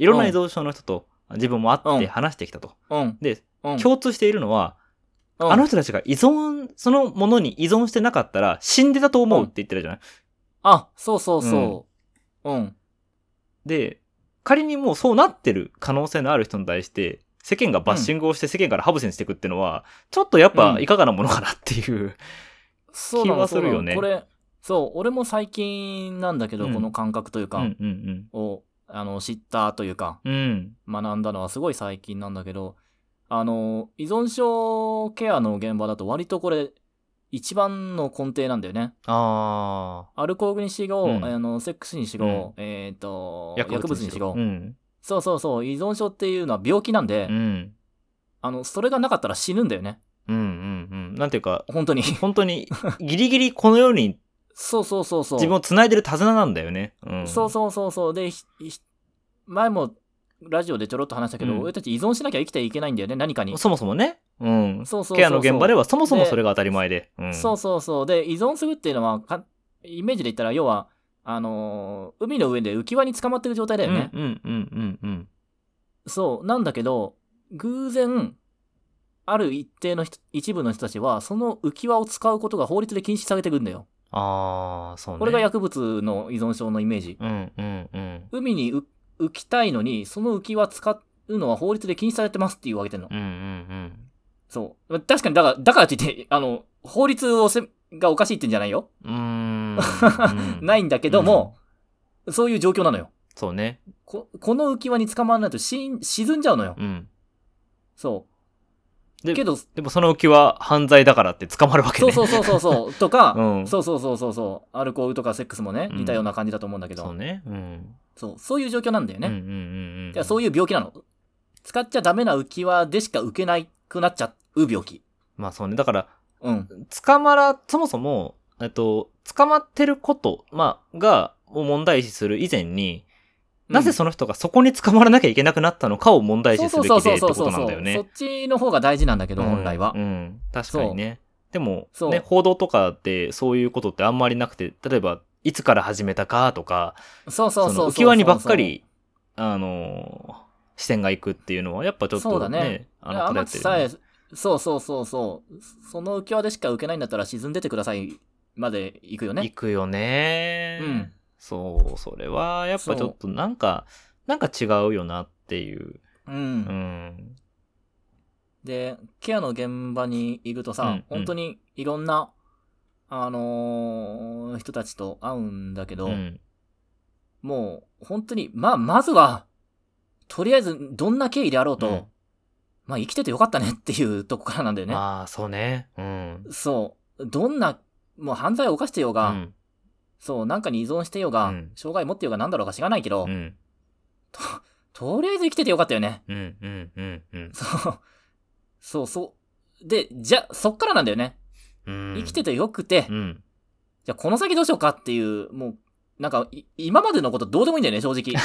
いろんな依存症の人と自分も会ってうん話してきたと。 うんで、 うん共通しているのは、 うんあの人たちが依存、そのものに依存してなかったら死んでたと思うって言ってるじゃない。 あ、そうそうそううんで、仮にもうそうなってる可能性のある人に対して、世間がバッシングをして世間からハブセにしていくっていうのは、ちょっとやっぱいかがなものかなっていう、 そうなの気はするよねそうなのこれそう俺も最近なんだけど、 うんこの感覚というか、 うんうんをあの知ったというかうん。うん。 学んだのはすごい最近なんだけど、あの依存症ケアの現場だと割とこれ一番の根底なんだよね。 あアルコールにしろ、 うんあのセックスにしろ、えっ、とー。 薬物にしろ、 うん。 そうそうそう依存症っていうのは病気なんで、 うん。 あのそれがなかったら死ぬんだよねうんうんうん。なんていうか、 本当に本当にギリギリこの世にそうそうそうそう自分を繋いでる手綱なんだよね。うん。 そうそうそうそうでひひ前もラジオでちょろっと話したけど、 うん俺たち依存しなきゃ生きていけないんだよね何かに。 そもそもね。うん。 そうそうそうそうケアの現場ではそもそもそれが当たり前で。うん。 そうそうそうで依存するっていうのはかイメージで言ったら要はあのー海の上で浮き輪に捕まってる状態だよね、 うんうんうんうんうん。 そうなんだけど偶然ある一定の人一部の人たちはその浮き輪を使うことが法律で禁止されてるんだよ。 ああ、そうね。 これが薬物の依存症のイメージ。 うんうんうん。 海に浮浮きたいのにその浮き輪使うのは法律で禁止されてますっていうわけてんの、 うんうんうん。 そう確かにだからだからって言ってあの法律をせがおかしいってんじゃないよ、 うーん。うんないんだけども、そういう状況なのよ。 そうね。 ここの浮き輪に捕まらないと死ん沈んじゃうのよ、 うん。 そでうけどでもその浮きは犯罪だからって捕まるわけね。 そうそうそうそうそうとか、 うんそうそうそうそうそうアルコールとかセックスもねうん似たような感じだと思うんだけど、 そうね。うん。 そうそういう状況なんだよね、 うんうんうんうん。 いやそういう病気なの。使っちゃダメな浮き輪でしか浮けなくなっちゃう病気。 まあそうね。だから、 うん捕まら、そもそも、えっと、捕まってること、まあ、が、を問題視する以前に、なぜその人がそこに捕まらなきゃいけなくなったのかを問題視すべきでってことなんだよね。 そっちの方が大事なんだけど、本来は。 うん、うん確かにね。でも、 そうね、報道とかでそういうことってあんまりなくて、例えば、いつから始めたかとか、 そうそうそうそう。 その浮き輪にばっかり、あのー、視線が行くっていうのは、やっぱちょっとね、 そうだねあの、 あま偏ってるねさえ、そうそうそうそう。その浮き輪でしか浮けないんだったら沈んでてくださいまで行くよね。 行くよね。 うん。 そう、それはやっぱちょっとなんか、なんか違うよなっていう。 うん。 うん。 で、ケアの現場にいるとさ、 うんうん本当にいろんな、あのー人たちと会うんだけど、 うん。 もう本当に、まあ、まずは、とりあえずどんな経緯であろうと、 うんまあ生きててよかったねっていうとこからなんだよね。 まあ、そうね。うん。 そう。どんな、もう犯罪を犯してようが、 うん。 そう、なんかに依存してようが、 うん障害持ってようがなんだろうか知らないけど、 うん。 と、とりあえず生きててよかったよね。 うん。うん。うん。うん。 そう。そうそう。で、じゃ、そっからなんだよね。 うん生きててよくて、 うん。 じゃあこの先どうしようかっていう、もう、なんか、い今までのことどうでもいいんだよね、正直。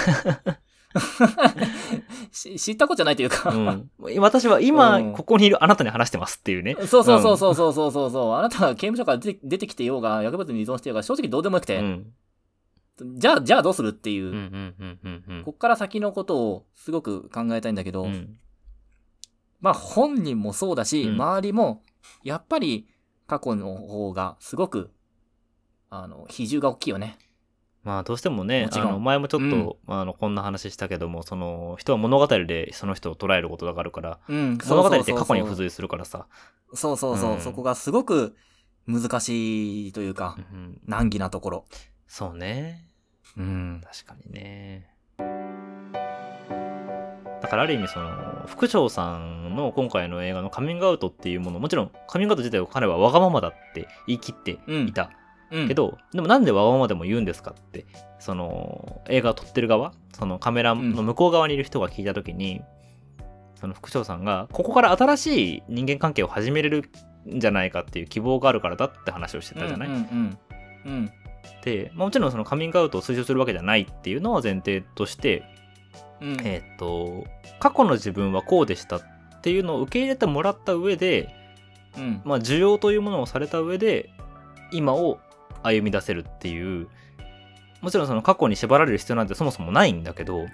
し知ったことじゃないというか、 うん。私は今、 うんここにいるあなたに話してますっていうね。 そうそうそうそうそうそうそうそう、あなたが刑務所から出て出てきてようが、薬物に依存してようが、正直どうでもよくて、 うん。 じゃあ、じゃあどうするっていう、 うん。うん。うん。うん。うん。 こっから先のことをすごく考えたいんだけど、 うん。 まあ本人もそうだし、 うん周りも、やっぱり過去の方がすごく、あの、比重が大きいよね。 まあどうしてもねも、ちろんあの前もちょっと、あのこんな話したけども、その人は物語でその人を捉えることがあるから、 うん、 物語って過去に付そう随するからさ。 そうそうそう、 うんそこがすごく難しいというかう、ん、 難儀なところ。 そうね。 うん。 確かにね。だからある意味その福長さんの今回の映画のカミングアウトっていうもの、もちろんカミングアウト自体を彼はわがままだって言い切っていた。 うん、 けど、でもなんでわがままでも言うんですかって、その映画を撮ってる側、そのカメラの向こう側にいる人が聞いたときに、その副長さんが、ここから新しい人間関係を始めれるんじゃないかっていう希望があるからだって話をしてたじゃない。 うんうんうん、うん。 で、まあ、もちろんそのカミングアウトを推奨するわけじゃないっていうのは前提として、 うん、 えーっと、過去の自分はこうでしたっていうのを受け入れてもらった上で、 うん、 まあ、受容というものをされた上で、今を歩み出せるっていう、もちろんその過去に縛られる必要なんてそもそもないんだけど、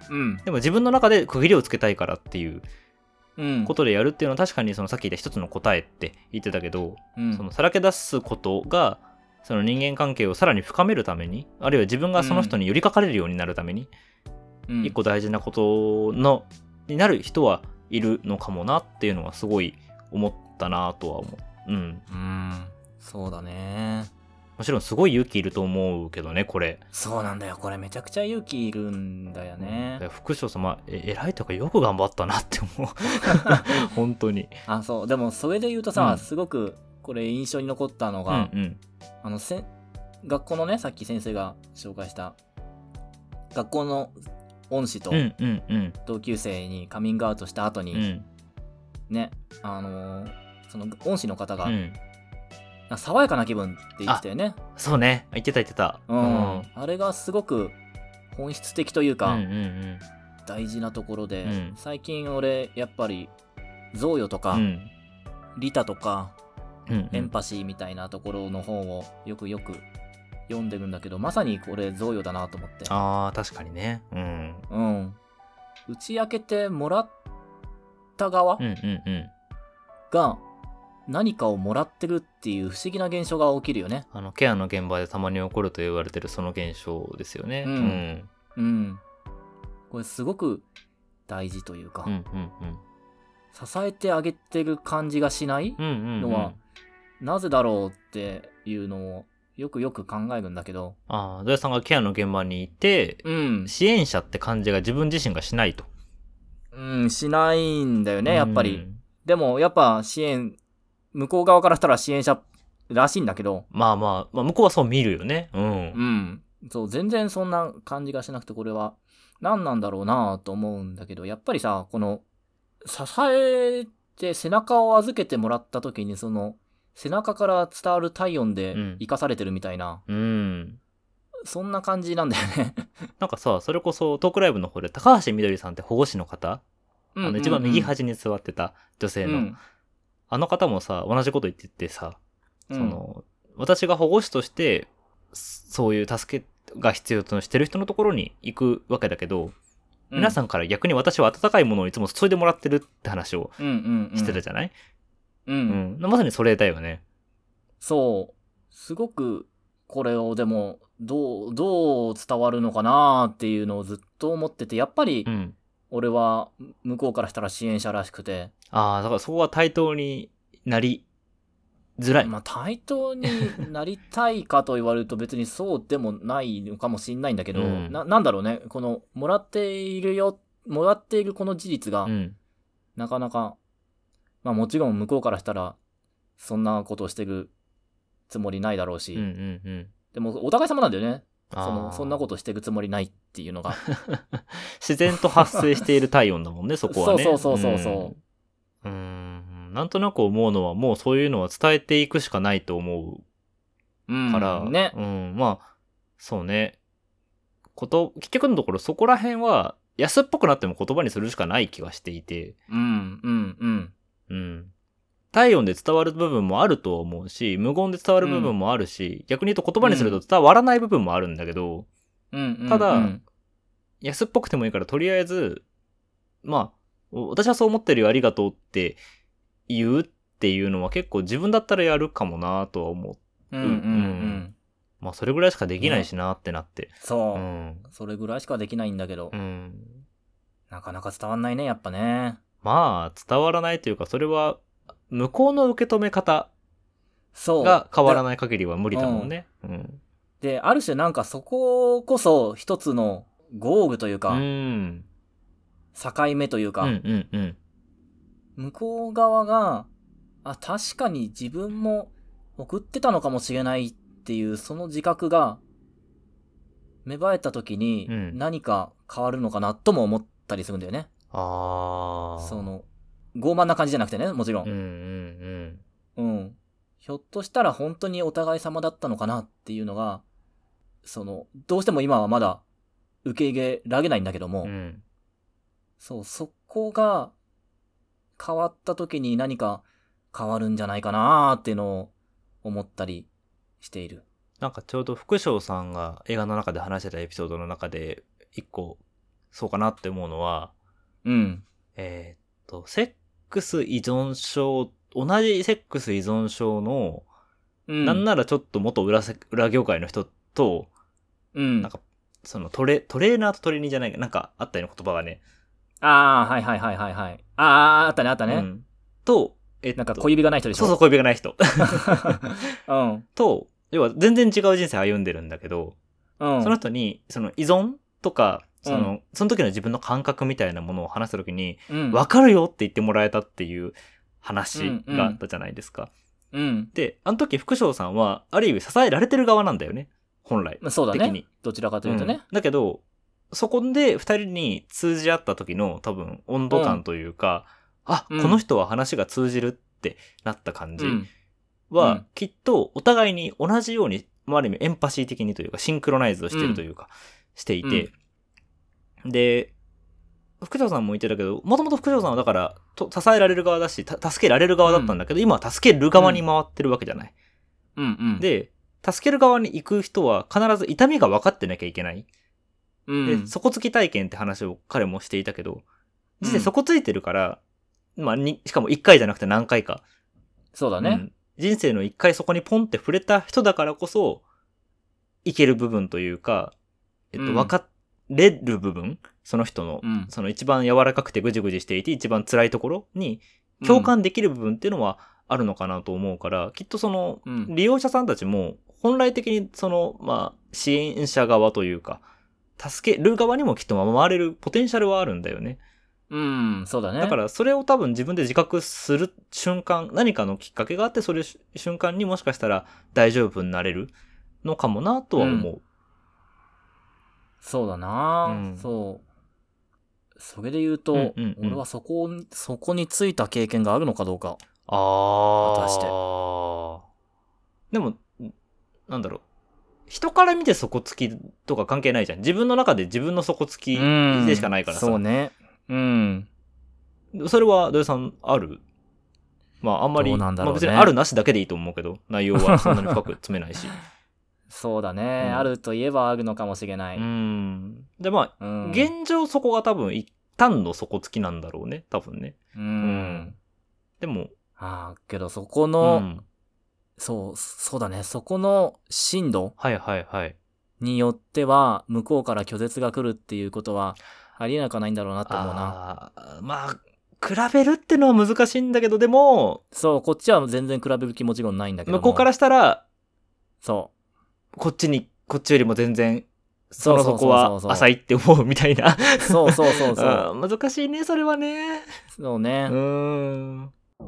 うんでも自分の中で区切りをつけたいからっていううんことでやるっていうのは確かにそのさっき言った一つの答えって言ってたけど、 うんそのさらけ出すことがその人間関係をさらに深めるために、あるいは自分がその人に寄りかかれるようになるために、 うん、 一個大事なことのになる人はいるのかもなっていうのはすごい思ったなとは思う。うん。 うんそうだね。 もちろんすごい勇気いると思うけどね、これ。 そうなんだよ、これめちゃくちゃ勇気いるんだよね。 副将様え偉いとかよく頑張ったなって思う本当に。 あそうでもそれで言うとさ、 うんすごくこれ印象に残ったのうんが、 うんあのせ学校のね、さっき先生が紹介した学校の恩師とうんうんうん同級生にカミングアウトした後に、 うんね、あのーその恩師の方が、 うんなんか爽やかな気分って言ってたよね。 そうね、言ってた言ってた。 うんうんあれがすごく本質的というか、 うんうん大事なところで、 うん最近俺やっぱり贈与とか、 うん利他とか、 うんうんエンパシーみたいなところの本をよくよく読んでるんだけど、まさにこれ贈与だなと思って。 あー確かにね。うんうん。打ち明けてもらった側うんうんうんが何かをもらってるっていう不思議な現象が起きるよね。 あのケアの現場でたまに起こると言われてるその現象ですよね。 うんうんうん。これすごく大事というか、 うんうんうん支えてあげてる感じがしないうんうんうんのは、なぜだろうっていうのをよくよく考えるんだけど、 ああ、土屋さんがケアの現場にいて、 うん、 支援者って感じが自分自身がしないと。 うん、しないんだよね、やっぱり。 うんでも、やっぱ支援、向こう側からしたら支援者らしいんだけど、 まあまあ、まあ、向こうはそう見るよね。うん。 うん、そう、全然そんな感じがしなくて、これは何なんだろうなと思うんだけど、やっぱりさ、この、支えて背中を預けてもらった時に、その、背中から伝わる体温でうん生かされてるみたいな、 うん。 そんな感じなんだよね。 なんかさ、それこそトークライブの方で高橋みどりさんって保護司の方、 うんうんうんあの一番右端に座ってた女性の、 うんあの方もさ、同じこと言っててさ、 うんその、私が保護司として、そういう助けが必要としてる人のところに行くわけだけど、皆さんから逆に私は温かいものをいつも注いでもらってるって話をしてたじゃない？ うん、うんうん。まさにそれだよね。 そう。すごく、これをでも、どう、どう伝わるのかなっていうのをずっと思ってて、やっぱりう、ん。 俺は向こうからしたら支援者らしくて、 ああ、だからそこは対等になりづらい。 まあ対等になりたいかと言われると別にそうでもないのかもしんないんだけど、 うんな、なんだろうね、この、もらっているよ、もらっているこの事実がう、ん。 なかなか、まあもちろん向こうからしたら、そんなことをしてるつもりないだろうし、 うんうんうん。 でもお互い様なんだよね。そあーのそんなことしてるつもりないっていうのが。 自然と発生している体温だもんね、そこはね。 そうそうそうそうそううん。うーん。なんとなく思うのは、もうそういうのは伝えていくしかないと思うん、 うから、 ね。 うん、まあ、そうね。こと、結局のところそこら辺は、安っぽくなっても言葉にするしかない気がしていて、 うん、うん、うん。 うん。体温で伝わる部分もあると思うし、無言で伝わる部分もあるし、逆に言うと言葉にすると伝わらない部分もあるんだけど、 うん、うん。 ただうん安っぽくてもいいからとりあえず、まあ、私はそう思ってるよありがとうって言うっていうのは結構自分だったらやるかもなとは思う。 うん、うん、うん。 まあそれぐらいしかできないしなってなって。 そうう、 ん。 それぐらいしかできないんだけど、 うん。 なかなか伝わんないね、やっぱね。 まあ伝わらないというか、それは向こうの受け止め方そう。 が変わらい。 ない限りは無理だもんね。うん。 で、ある種なんかそここそ一つのゴールといううか、 ん。 境目というか、 うんうんうん。 向こう側が、あ、確かに自分も送ってたのかもしれないっていうその自覚が芽生えた時にうん何か変わるのかなとも思ったりするんだよね。 ああ。 その、傲慢な感じじゃなくてね、もちろうんん。 うんうん。ひょっとしたら本当にお互い様だったのかなっていうのが、その、どうしても今はまだ受け入れられないんだけども、 うん。うん。 そう、そこが変わった時に何か変わるんじゃないかなーっていうのを思ったりしている。 なんかちょうど福翔さんが映画の中で話してたエピソードの中で、一個、 そうかなって思うのは、 うん。 えーっと、セックス依存症、同じセックス依存症の、 うん。 なんならちょっと元裏せ裏業界の人と、 うん。 なんか、そのトレ、トレーナーとトレーニーじゃないか、なんかあったよね、言葉がね。 ああ、はいはいはいはいはい。ああ、あったねあったね。 うん。と、えっと、 なんか小指がない人でしょ。 そうそう、小指がない人。 うん。 と、要は全然違う人生歩んでるんだけど、 うん。 その人に、その依存とか、その、 うんその時の自分の感覚みたいなものを話した時に、 うん。 わかるよって言ってもらえたっていう話うんうんがあったじゃないですか。 うん。 で、あの時福将さんは、ある意味支えられてる側なんだよね。本来。 まあそうだ的にね。どちらかというとね。 うんだけど、そこで二人に通じ合った時の多分温度感というか、あ、 うんこの人は話が通じるってなった感じうん。うはん、 きっとお互いに同じように、まあ、ある意味エンパシー的にというか、シンクロナイズをしているというか、していて、で、福将さんも言ってたけど、もともと福将さんはだから、と支えられる側だし、た助けられる側だったんだけど、今は助ける側に回ってるわけじゃない。 うんうん。 で、助ける側に行く人は必ず痛みが分かってなきゃいけない。 うん、 で、底つき体験って話を彼もしていたけど、実際底ついてるから、まあに、しかも一回じゃなくて何回か。 そうだね。 うん人生の一回そこにポンって触れた人だからこそ、いける部分というか、えっと、 うん分かれる部分、その人の、 うんその一番柔らかくてぐじぐじしていて一番辛いところに共感できる部分っていうのはあるのかなと思うから、きっとその、 うん利用者さんたちも、本来的にその、まあ、支援者側というか、助ける側にもきっと回れるポテンシャルはあるんだよね。 うん、そうだね。 だからそれを多分自分で自覚する瞬間、何かのきっかけがあって、それ瞬間にもしかしたら大丈夫になれるのかもなとは思う。 そうだな、 うんそう。それで言うと、 うんうんうん俺はそこ、そこについた経験があるのかどうか。 あー。 果たしてでも、なんだろう。人から見て底つきとか関係ないじゃん。自分の中で自分の底つきでしかないからさ。 そうね。うん。 それは土井さんある？まああんまり、 どうなんだろうねまあ別にあるなしだけでいいと思うけど、内容はそんなに深く詰めないし。 そうだね、 うんあるといえばあるのかもしれない。 うーん。でまあ、 うん。 現状そこが多分一旦の底つきなんだろうね。多分ね。 うん。 うんでも、 ああ、けどそこうの、 ん。 そう、そうだね。そこの深度はいはいはい。 によっては、向こうから拒絶が来るっていうことは、ありえなくはないんだろうなって思うな。 あーまあ、比べるってのは難しいんだけど、でも、 そう、こっちは全然比べる気持ちがないんだけども。 向こうからしたら、 そこっちに、こっちよりも全然、その底そうそうそうそうは浅いって思うみたいな。 う。そうそうそうそう。 うん難しいね、それはね。 そうねう。ーん。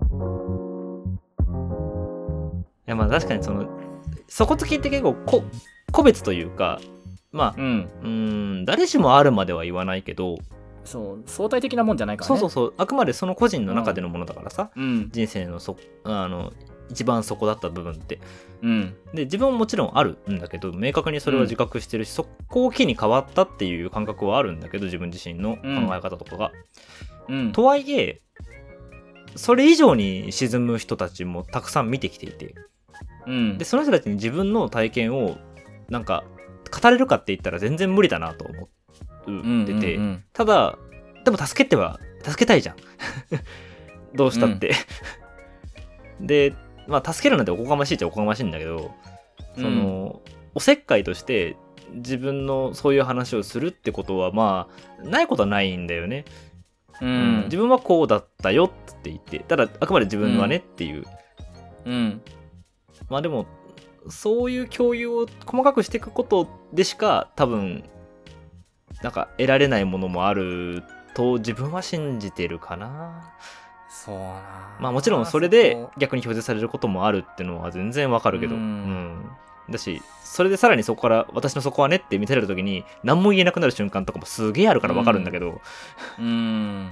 いや、まあ確かにその、底つきって結構こ、個別というか、まあ、 うん。 うーん、誰しもあるまでは言わないけど、 そう、相対的なもんじゃないからね。 そうそうそう、あくまでその個人の中でのものだからさ、 うん。 人生のそ、あの、一番底だった部分って。 うん。 で、自分ももちろんあるんだけど、明確にそれは自覚してるし、そこを機に変わったっていう感覚はあるんだけど、自分自身の考え方とかが。 うん。 とはいえ、それ以上に沈む人たちもたくさん見てきていて、 うん。 で、その人たちに自分の体験を、なんか、語れるかって言ったら全然無理だなと思ってて、 うんうんうんただ、でも助けては、助けたいじゃん。どうしたって。で、まあ、助けるなんておこがましいっちゃおこがましいんだけど、その、おせっかいとして自分のそういう話をするってことは、まあ、ないことはないんだよね。 ううんん。 自分はこうだったよって言って、ただ、あくまで自分はねっていう。 うん。 まあでも、そういう共有を細かくしていくことでしか、多分、なんか得られないものもあると自分は信じてるかな。 そうな。 まあもちろんそれでそこ逆に拒絶されることもあるっていうのは全然わかるけど、 ううんん。だし、それでさらにそこから私のそこはねって見せられるときに何も言えなくなる瞬間とかもすげえあるからわかるんだけど、 うん。 うん。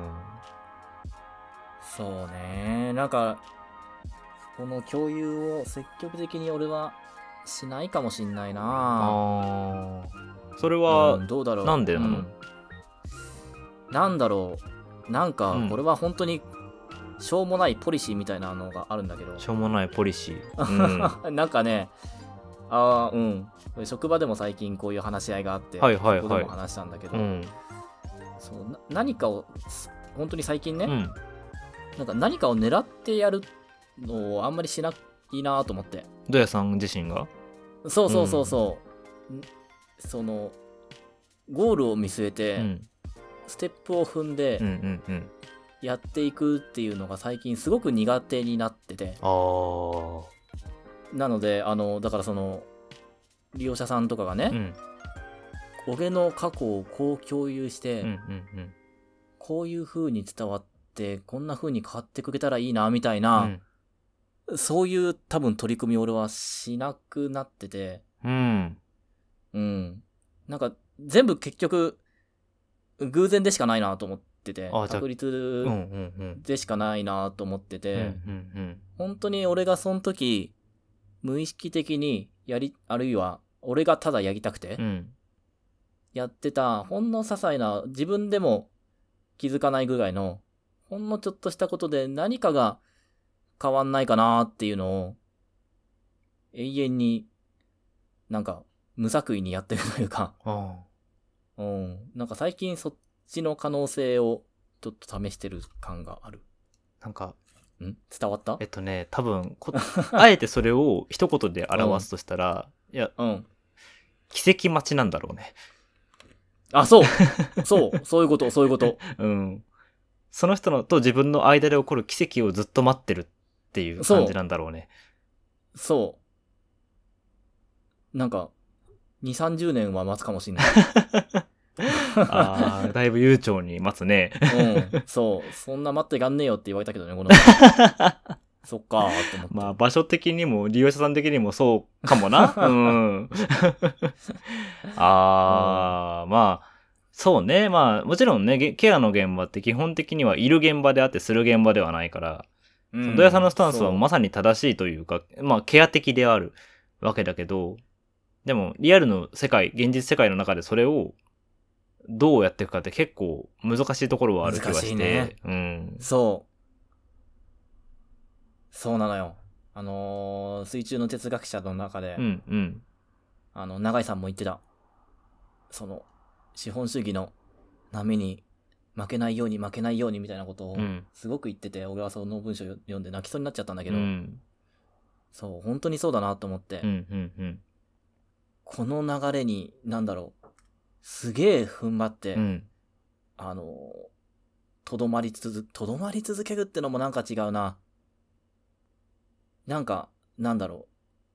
そうね。なんか、この共有を積極的に俺はしないかもしんないな。 あーそれうはん、どうだろう。 なんでなのうんなんだろう。なんかうん、 これは本当に、しょうもないポリシーみたいなのがあるんだけど。 しょうもないポリシー。うんなんかね、ああ、うん。職場でも最近こういう話し合いがあって、 はいはいはいここでも話したんだけど、 うん。 そうな何かを本当に最近ね、 うん。 なんか何かを狙ってやるのをあんまりしないなと思って。 ドヤさん自身がそうそうそうそう、うん、そのゴールを見据えて、うん、ステップを踏んでやっていくっていうのが最近すごく苦手になってて、 あーなのであのだからその利用者さんとかがね、うん、俺の過去をこう共有して、うんうんうん、こういう風に伝わってこんな風に変わってくれたらいいなみたいな、うん、そういう多分取り組み俺はしなくなってて、 うんうん、なんか全部結局偶然でしかないなと思ってて、確率でしかないなと思ってて、うんうんうん、本当に俺がその時無意識的にやり、あるいは俺がただやりたくて、うん、やってたほんの些細な自分でも気づかないぐらいのほんのちょっとしたことで何かが変わんないかなっていうのを永遠になんか無作為にやってるというか、うん、なんか最近そっちの可能性をちょっと試してる感がある。 なんかん伝わった？ えっとね、多分こあえてそれを一言で表すとしたら、うん、いや、うん、奇跡待ちなんだろうね。 あ、そうそうそういうことそういうこと。 うん。その人のと自分の間で起こる奇跡をずっと待ってるっていう感じなんだろうね。 そう。そうなんかに、さんじゅうねんは待つかもしれない。 ああ、だいぶ悠長に待つね。 うん、そう。そんな待っていかんねえよって言われたけどね、このそっかーって思って。 まあ、場所的にも、利用者さん的にもそうかもな。うん。ああ、まあ、そうね。まあ、もちろんね、ケアの現場って基本的にはいる現場であってする現場ではないから、うん、ドヤさんのスタンスはまさに正しいというか、まあ、ケア的であるわけだけど、でも、リアルの世界、現実世界の中でそれをどうやっていくかって結構難しいところはある気がして。難しいね。うん。 そう。そうなのよ。あのー、水中の哲学者の中で、 うんうん、 あの、永井さんも言ってた。その、資本主義の波に負けないように負けないようにみたいなことをすごく言ってて、うん、俺はその文章を読んで泣きそうになっちゃったんだけど、うん、そう、本当にそうだなと思って、 うんうんうん、 この流れに、なんだろう、すげえ踏ん張って、うん、あの、とどまり続、とどまり続けるってのもなんか違うな。なんか、なんだろ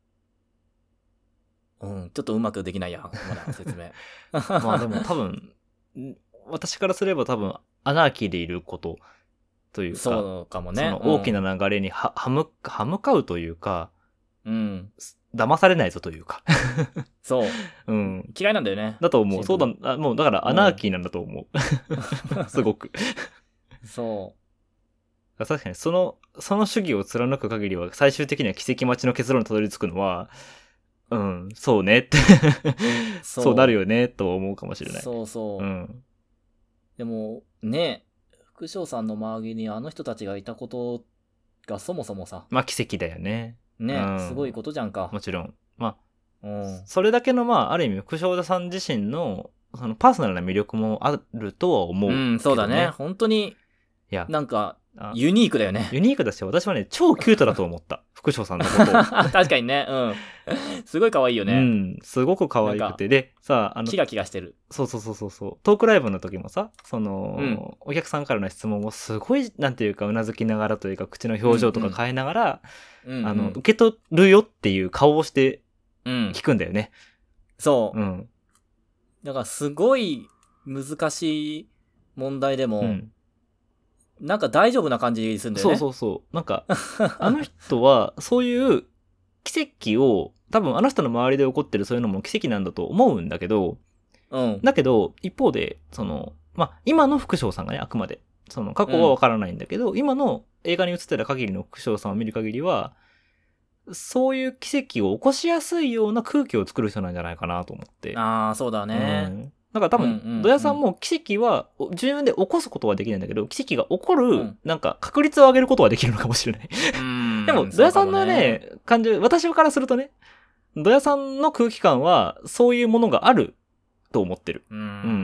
う。うん、ちょっとうまくできないや、まだ説明。 まあでも多分、私からすれば多分、アナーキーでいることというか、 そうかもね。 その大きな流れには、はむ、はむかうというか、 うん。 騙されないぞというか。 そう。 うん。 嫌いなんだよね。 だと思う。そうだ、もうだからアナーキーなんだと思う。すごく。 そう。 確かに、その、その主義を貫く限りは、最終的には奇跡待ちの結論にたどり着くのは、うん、そうねってそう。そうなるよね、と思うかもしれない。 そうそう。 うん。 でも、ね、福将さんの周りにあの人たちがいたことがそもそもさ。 まあ奇跡だよね。 ね、うん、すごいことじゃんか。 もちろん。まあ、 うん、 それだけの、まあ、ある意味、福将さん自身の、そのパーソナルな魅力もあるとは思う、ね。 うん、そうだね。本当に、いや、なんか、ユニークだよね。 ユニークだし、私はね、超キュートだと思った。福将さんのことを。 確かにね、うん。すごい可愛いよね。 うん、すごく可愛くて。で、さ、 あの、キラキラしてる。 そうそうそうそう。トークライブの時もさ、その、うん、お客さんからの質問をすごい、なんていうか、うなずきながらというか、口の表情とか変えながら、うんうん、あの、受け取るよっていう顔をして聞くんだよね。 うん、そう。うん。だから、すごい難しい問題でも、うんなんか大丈夫な感じするんだよね。 そうそうそう。なんか、あの人は、そういう奇跡を、多分あの人の周りで起こってるそういうのも奇跡なんだと思うんだけど、 うん。 だけど、一方で、その、まあ、今の福将さんがね、あくまで、その、過去はわからないんだけど、うん、今の映画に映ってた限りの福将さんを見る限りは、そういう奇跡を起こしやすいような空気を作る人なんじゃないかなと思って。 ああ、そうだね。 うんだから多分、ドヤさんも奇跡は自分で起こすことはできないんだけど、奇跡が起こる、なんか確率を上げることはできるのかもしれない。でも、ドヤさんのね、感じ、私からするとね、ドヤさんの空気感はそういうものがあると思ってる。 うん。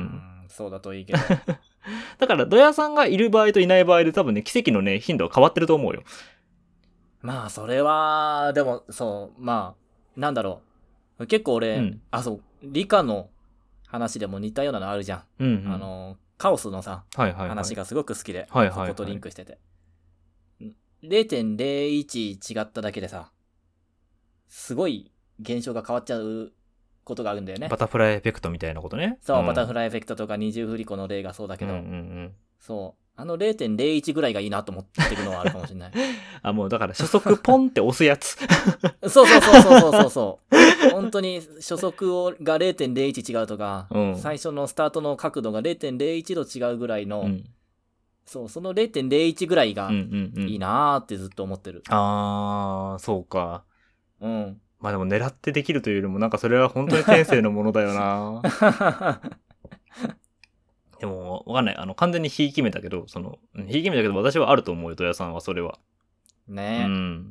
そうだといいけど。 だからドヤさんがいる場合といない場合で多分ね、奇跡のね、頻度は変わってると思うよ。 まあ、それは、でも、そう、まあ、なんだろう。結構俺、 うん、 あ、そう、理科の話でも似たようなのあるじゃん。 うんうん、 あの、カオスのさ、 はいはいはい、 話がすごく好きで、 はいはいはい、 そことリンクしてて。れいてんれいいち違っただけでさ、すごい現象が変わっちゃうことがあるんだよね。 バタフライエフェクトみたいなことね。 そう、 ん、 バタフライエフェクトとか二重振り子の例がそうだけど、 うんうんうん、そう。 あの れいてんれいいち ぐらいがいいなと思ってるのはあるかもしれない。 あ、もうだから初速ポンって押すやつ。 そうそうそうそうそうそう。本当に初速をが れいてんれいいち 違うとか、うん、最初のスタートの角度が れいてんれいいち 度違うぐらいの、うん、そう、その れいてんれいいち ぐらいがいいなーってずっと思ってる。 うんうんうん、あー、そうか。 うん。 まあでも狙ってできるというよりもなんかそれは本当に天性のものだよな。でも、わかんない。あの、完全にひいき目だけど、その、ひいき目だけど私はあると思うよ、ドヤさんは、それは。 ねえ。 うん。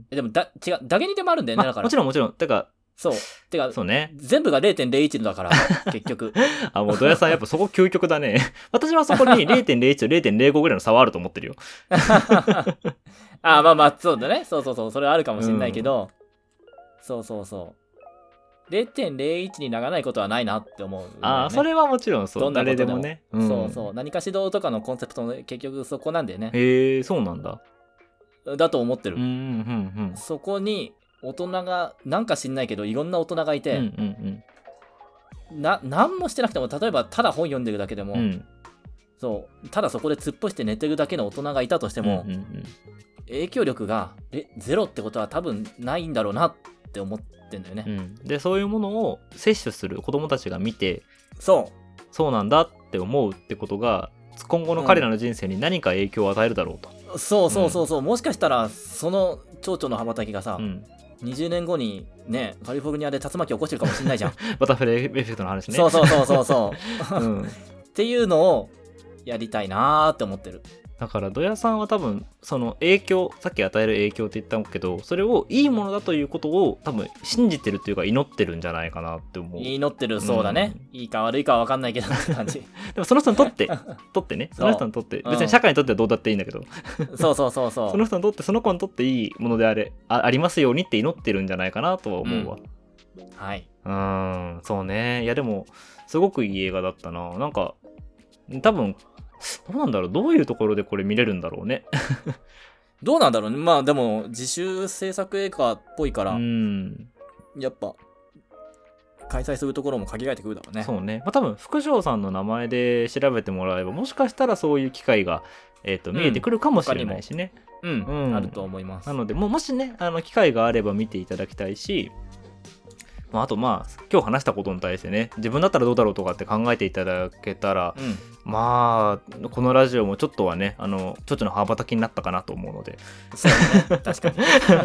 でも、だ、違う、だけにでもあるんだよね、 まあ、 だから。 もちろんもちろん。てか、 そう。てか、 そうね。 全部が れいてんれいいち だから、結局。 あ、もうドヤさんやっぱそこ究極だね。私はそこに れいてんれいいち と れいてんれいご ぐらいの差はあると思ってるよ。 あ、まあまあ、そうだね。そうそうそう。それはあるかもしれないけど、うん、そうそうそう。れいてんれいいち にならないことはないなって思う、ね。 ああ、それはもちろんそう。 どんなことでも誰でもね、 うん。そうそう。何かしらとかのコンセプトの結局そこなんだよね。 へえ、そうなんだ。 だと思ってる。 うんうんうん。 そこに大人が、なんか知んないけど、いろんな大人がいて、 うんうんうん、な、何もしてなくても、例えばただ本読んでるだけでも、うん、そう、ただそこで突っ伏して寝てるだけの大人がいたとしても、うんうんうん、影響力がゼロってことは多分ないんだろうなって思ってんだよね、 うん、でそういうものを摂取する子供たちが見て、 そうそうなんだって思うってことが今後の彼らの人生に何か影響を与えるだろうと、 うん、そうそうそうそう、うん、もしかしたらその蝶々の羽ばたきがさ、うん、にじゅうねんごにねカリフォルニアで竜巻起こしてるかもしれないじゃん。 バタフライエフェクトの話ね。 そうそうそうそうそう、うん、っていうのをやりたいなーって思ってる。 だからドヤさんは多分その影響、さっき与える影響って言ったけど、それをいいものだということを多分信じてるっていうか祈ってるんじゃないかなって思う。 祈ってる、そうだね、うん、いいか悪いかは分かんないけどって感じ。 でもその人にとってとってね、その人にとって別に社会にとってはどうだっていいんだけど、 うん、そうそうそうそう、 その人にとってその子にとっていいものであれ あ, ありますようにって祈ってるんじゃないかなとは思うわ、 うん、はい、 うーん、そうね。いやでもすごくいい映画だったな。なんか多分どうなんだろう、どういうところでこれ見れるんだろうね。 どうなんだろうね。まあでも自主制作映画っぽいから、うん、やっぱ開催するところも限られてくるだろうね。 そうね。まあ多分福翔さんの名前で調べてもらえばもしかしたらそういう機会が、えーと、見えてくるかもしれないしね。 うん、うんうん、あると思います。 なのでも, もしねあの機会があれば見ていただきたいし。まあ、あとまあ今日話したことに対してね自分だったらどうだろうとかって考えていただけたら、うん、まあこのラジオもちょっとはねあのちょっとの羽ばたきになったかなと思うのでそうね確かに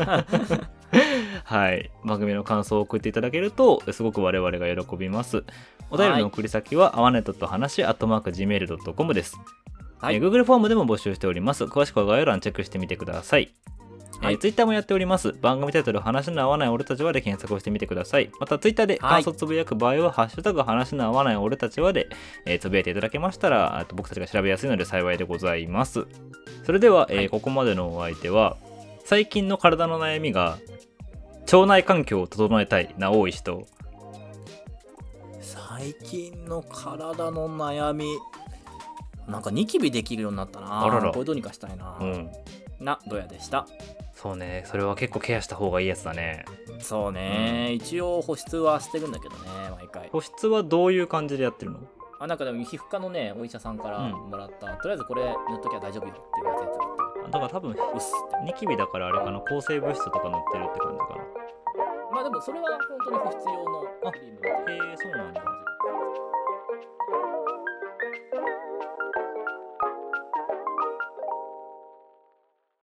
はい番組の感想を送っていただけるとすごく我々が喜びます。お便りの送り先はあわねとと話アットマーク ジーメールドットコム です、はい、えー、Google フォームでも募集しております。詳しくは概要欄チェックしてみてください。はい、えー、Twitter もやっております。番組タイトル話の合わない俺たちはで検索をしてみてください。また Twitter で感想つぶやく場合は、はい、ハッシュタグ話の合わない俺たちはで、えー、つぶやいていただけましたらあと僕たちが調べやすいので幸いでございます。それでは、えーはい、ここまでのお相手は最近の体の悩みが腸内環境を整えたいな大石と最近の体の悩みなんかニキビできるようになったな。 あららこれどうにかしたいな、うん、などやでした。 そうね、それは結構ケアした方がいいやつだね。 そうね、うん、一応保湿はしてるんだけどね毎回。 保湿はどういう感じでやってるの？ あなんかでも皮膚科のねお医者さんからもらった、うん、とりあえずこれ塗っときゃ大丈夫よって言われてやつだから多分うっすニキビだからあれかな抗生物質とか塗ってるって感じかな。 まあでもそれは本当に保湿用のクリームで。 へえそうなんだ。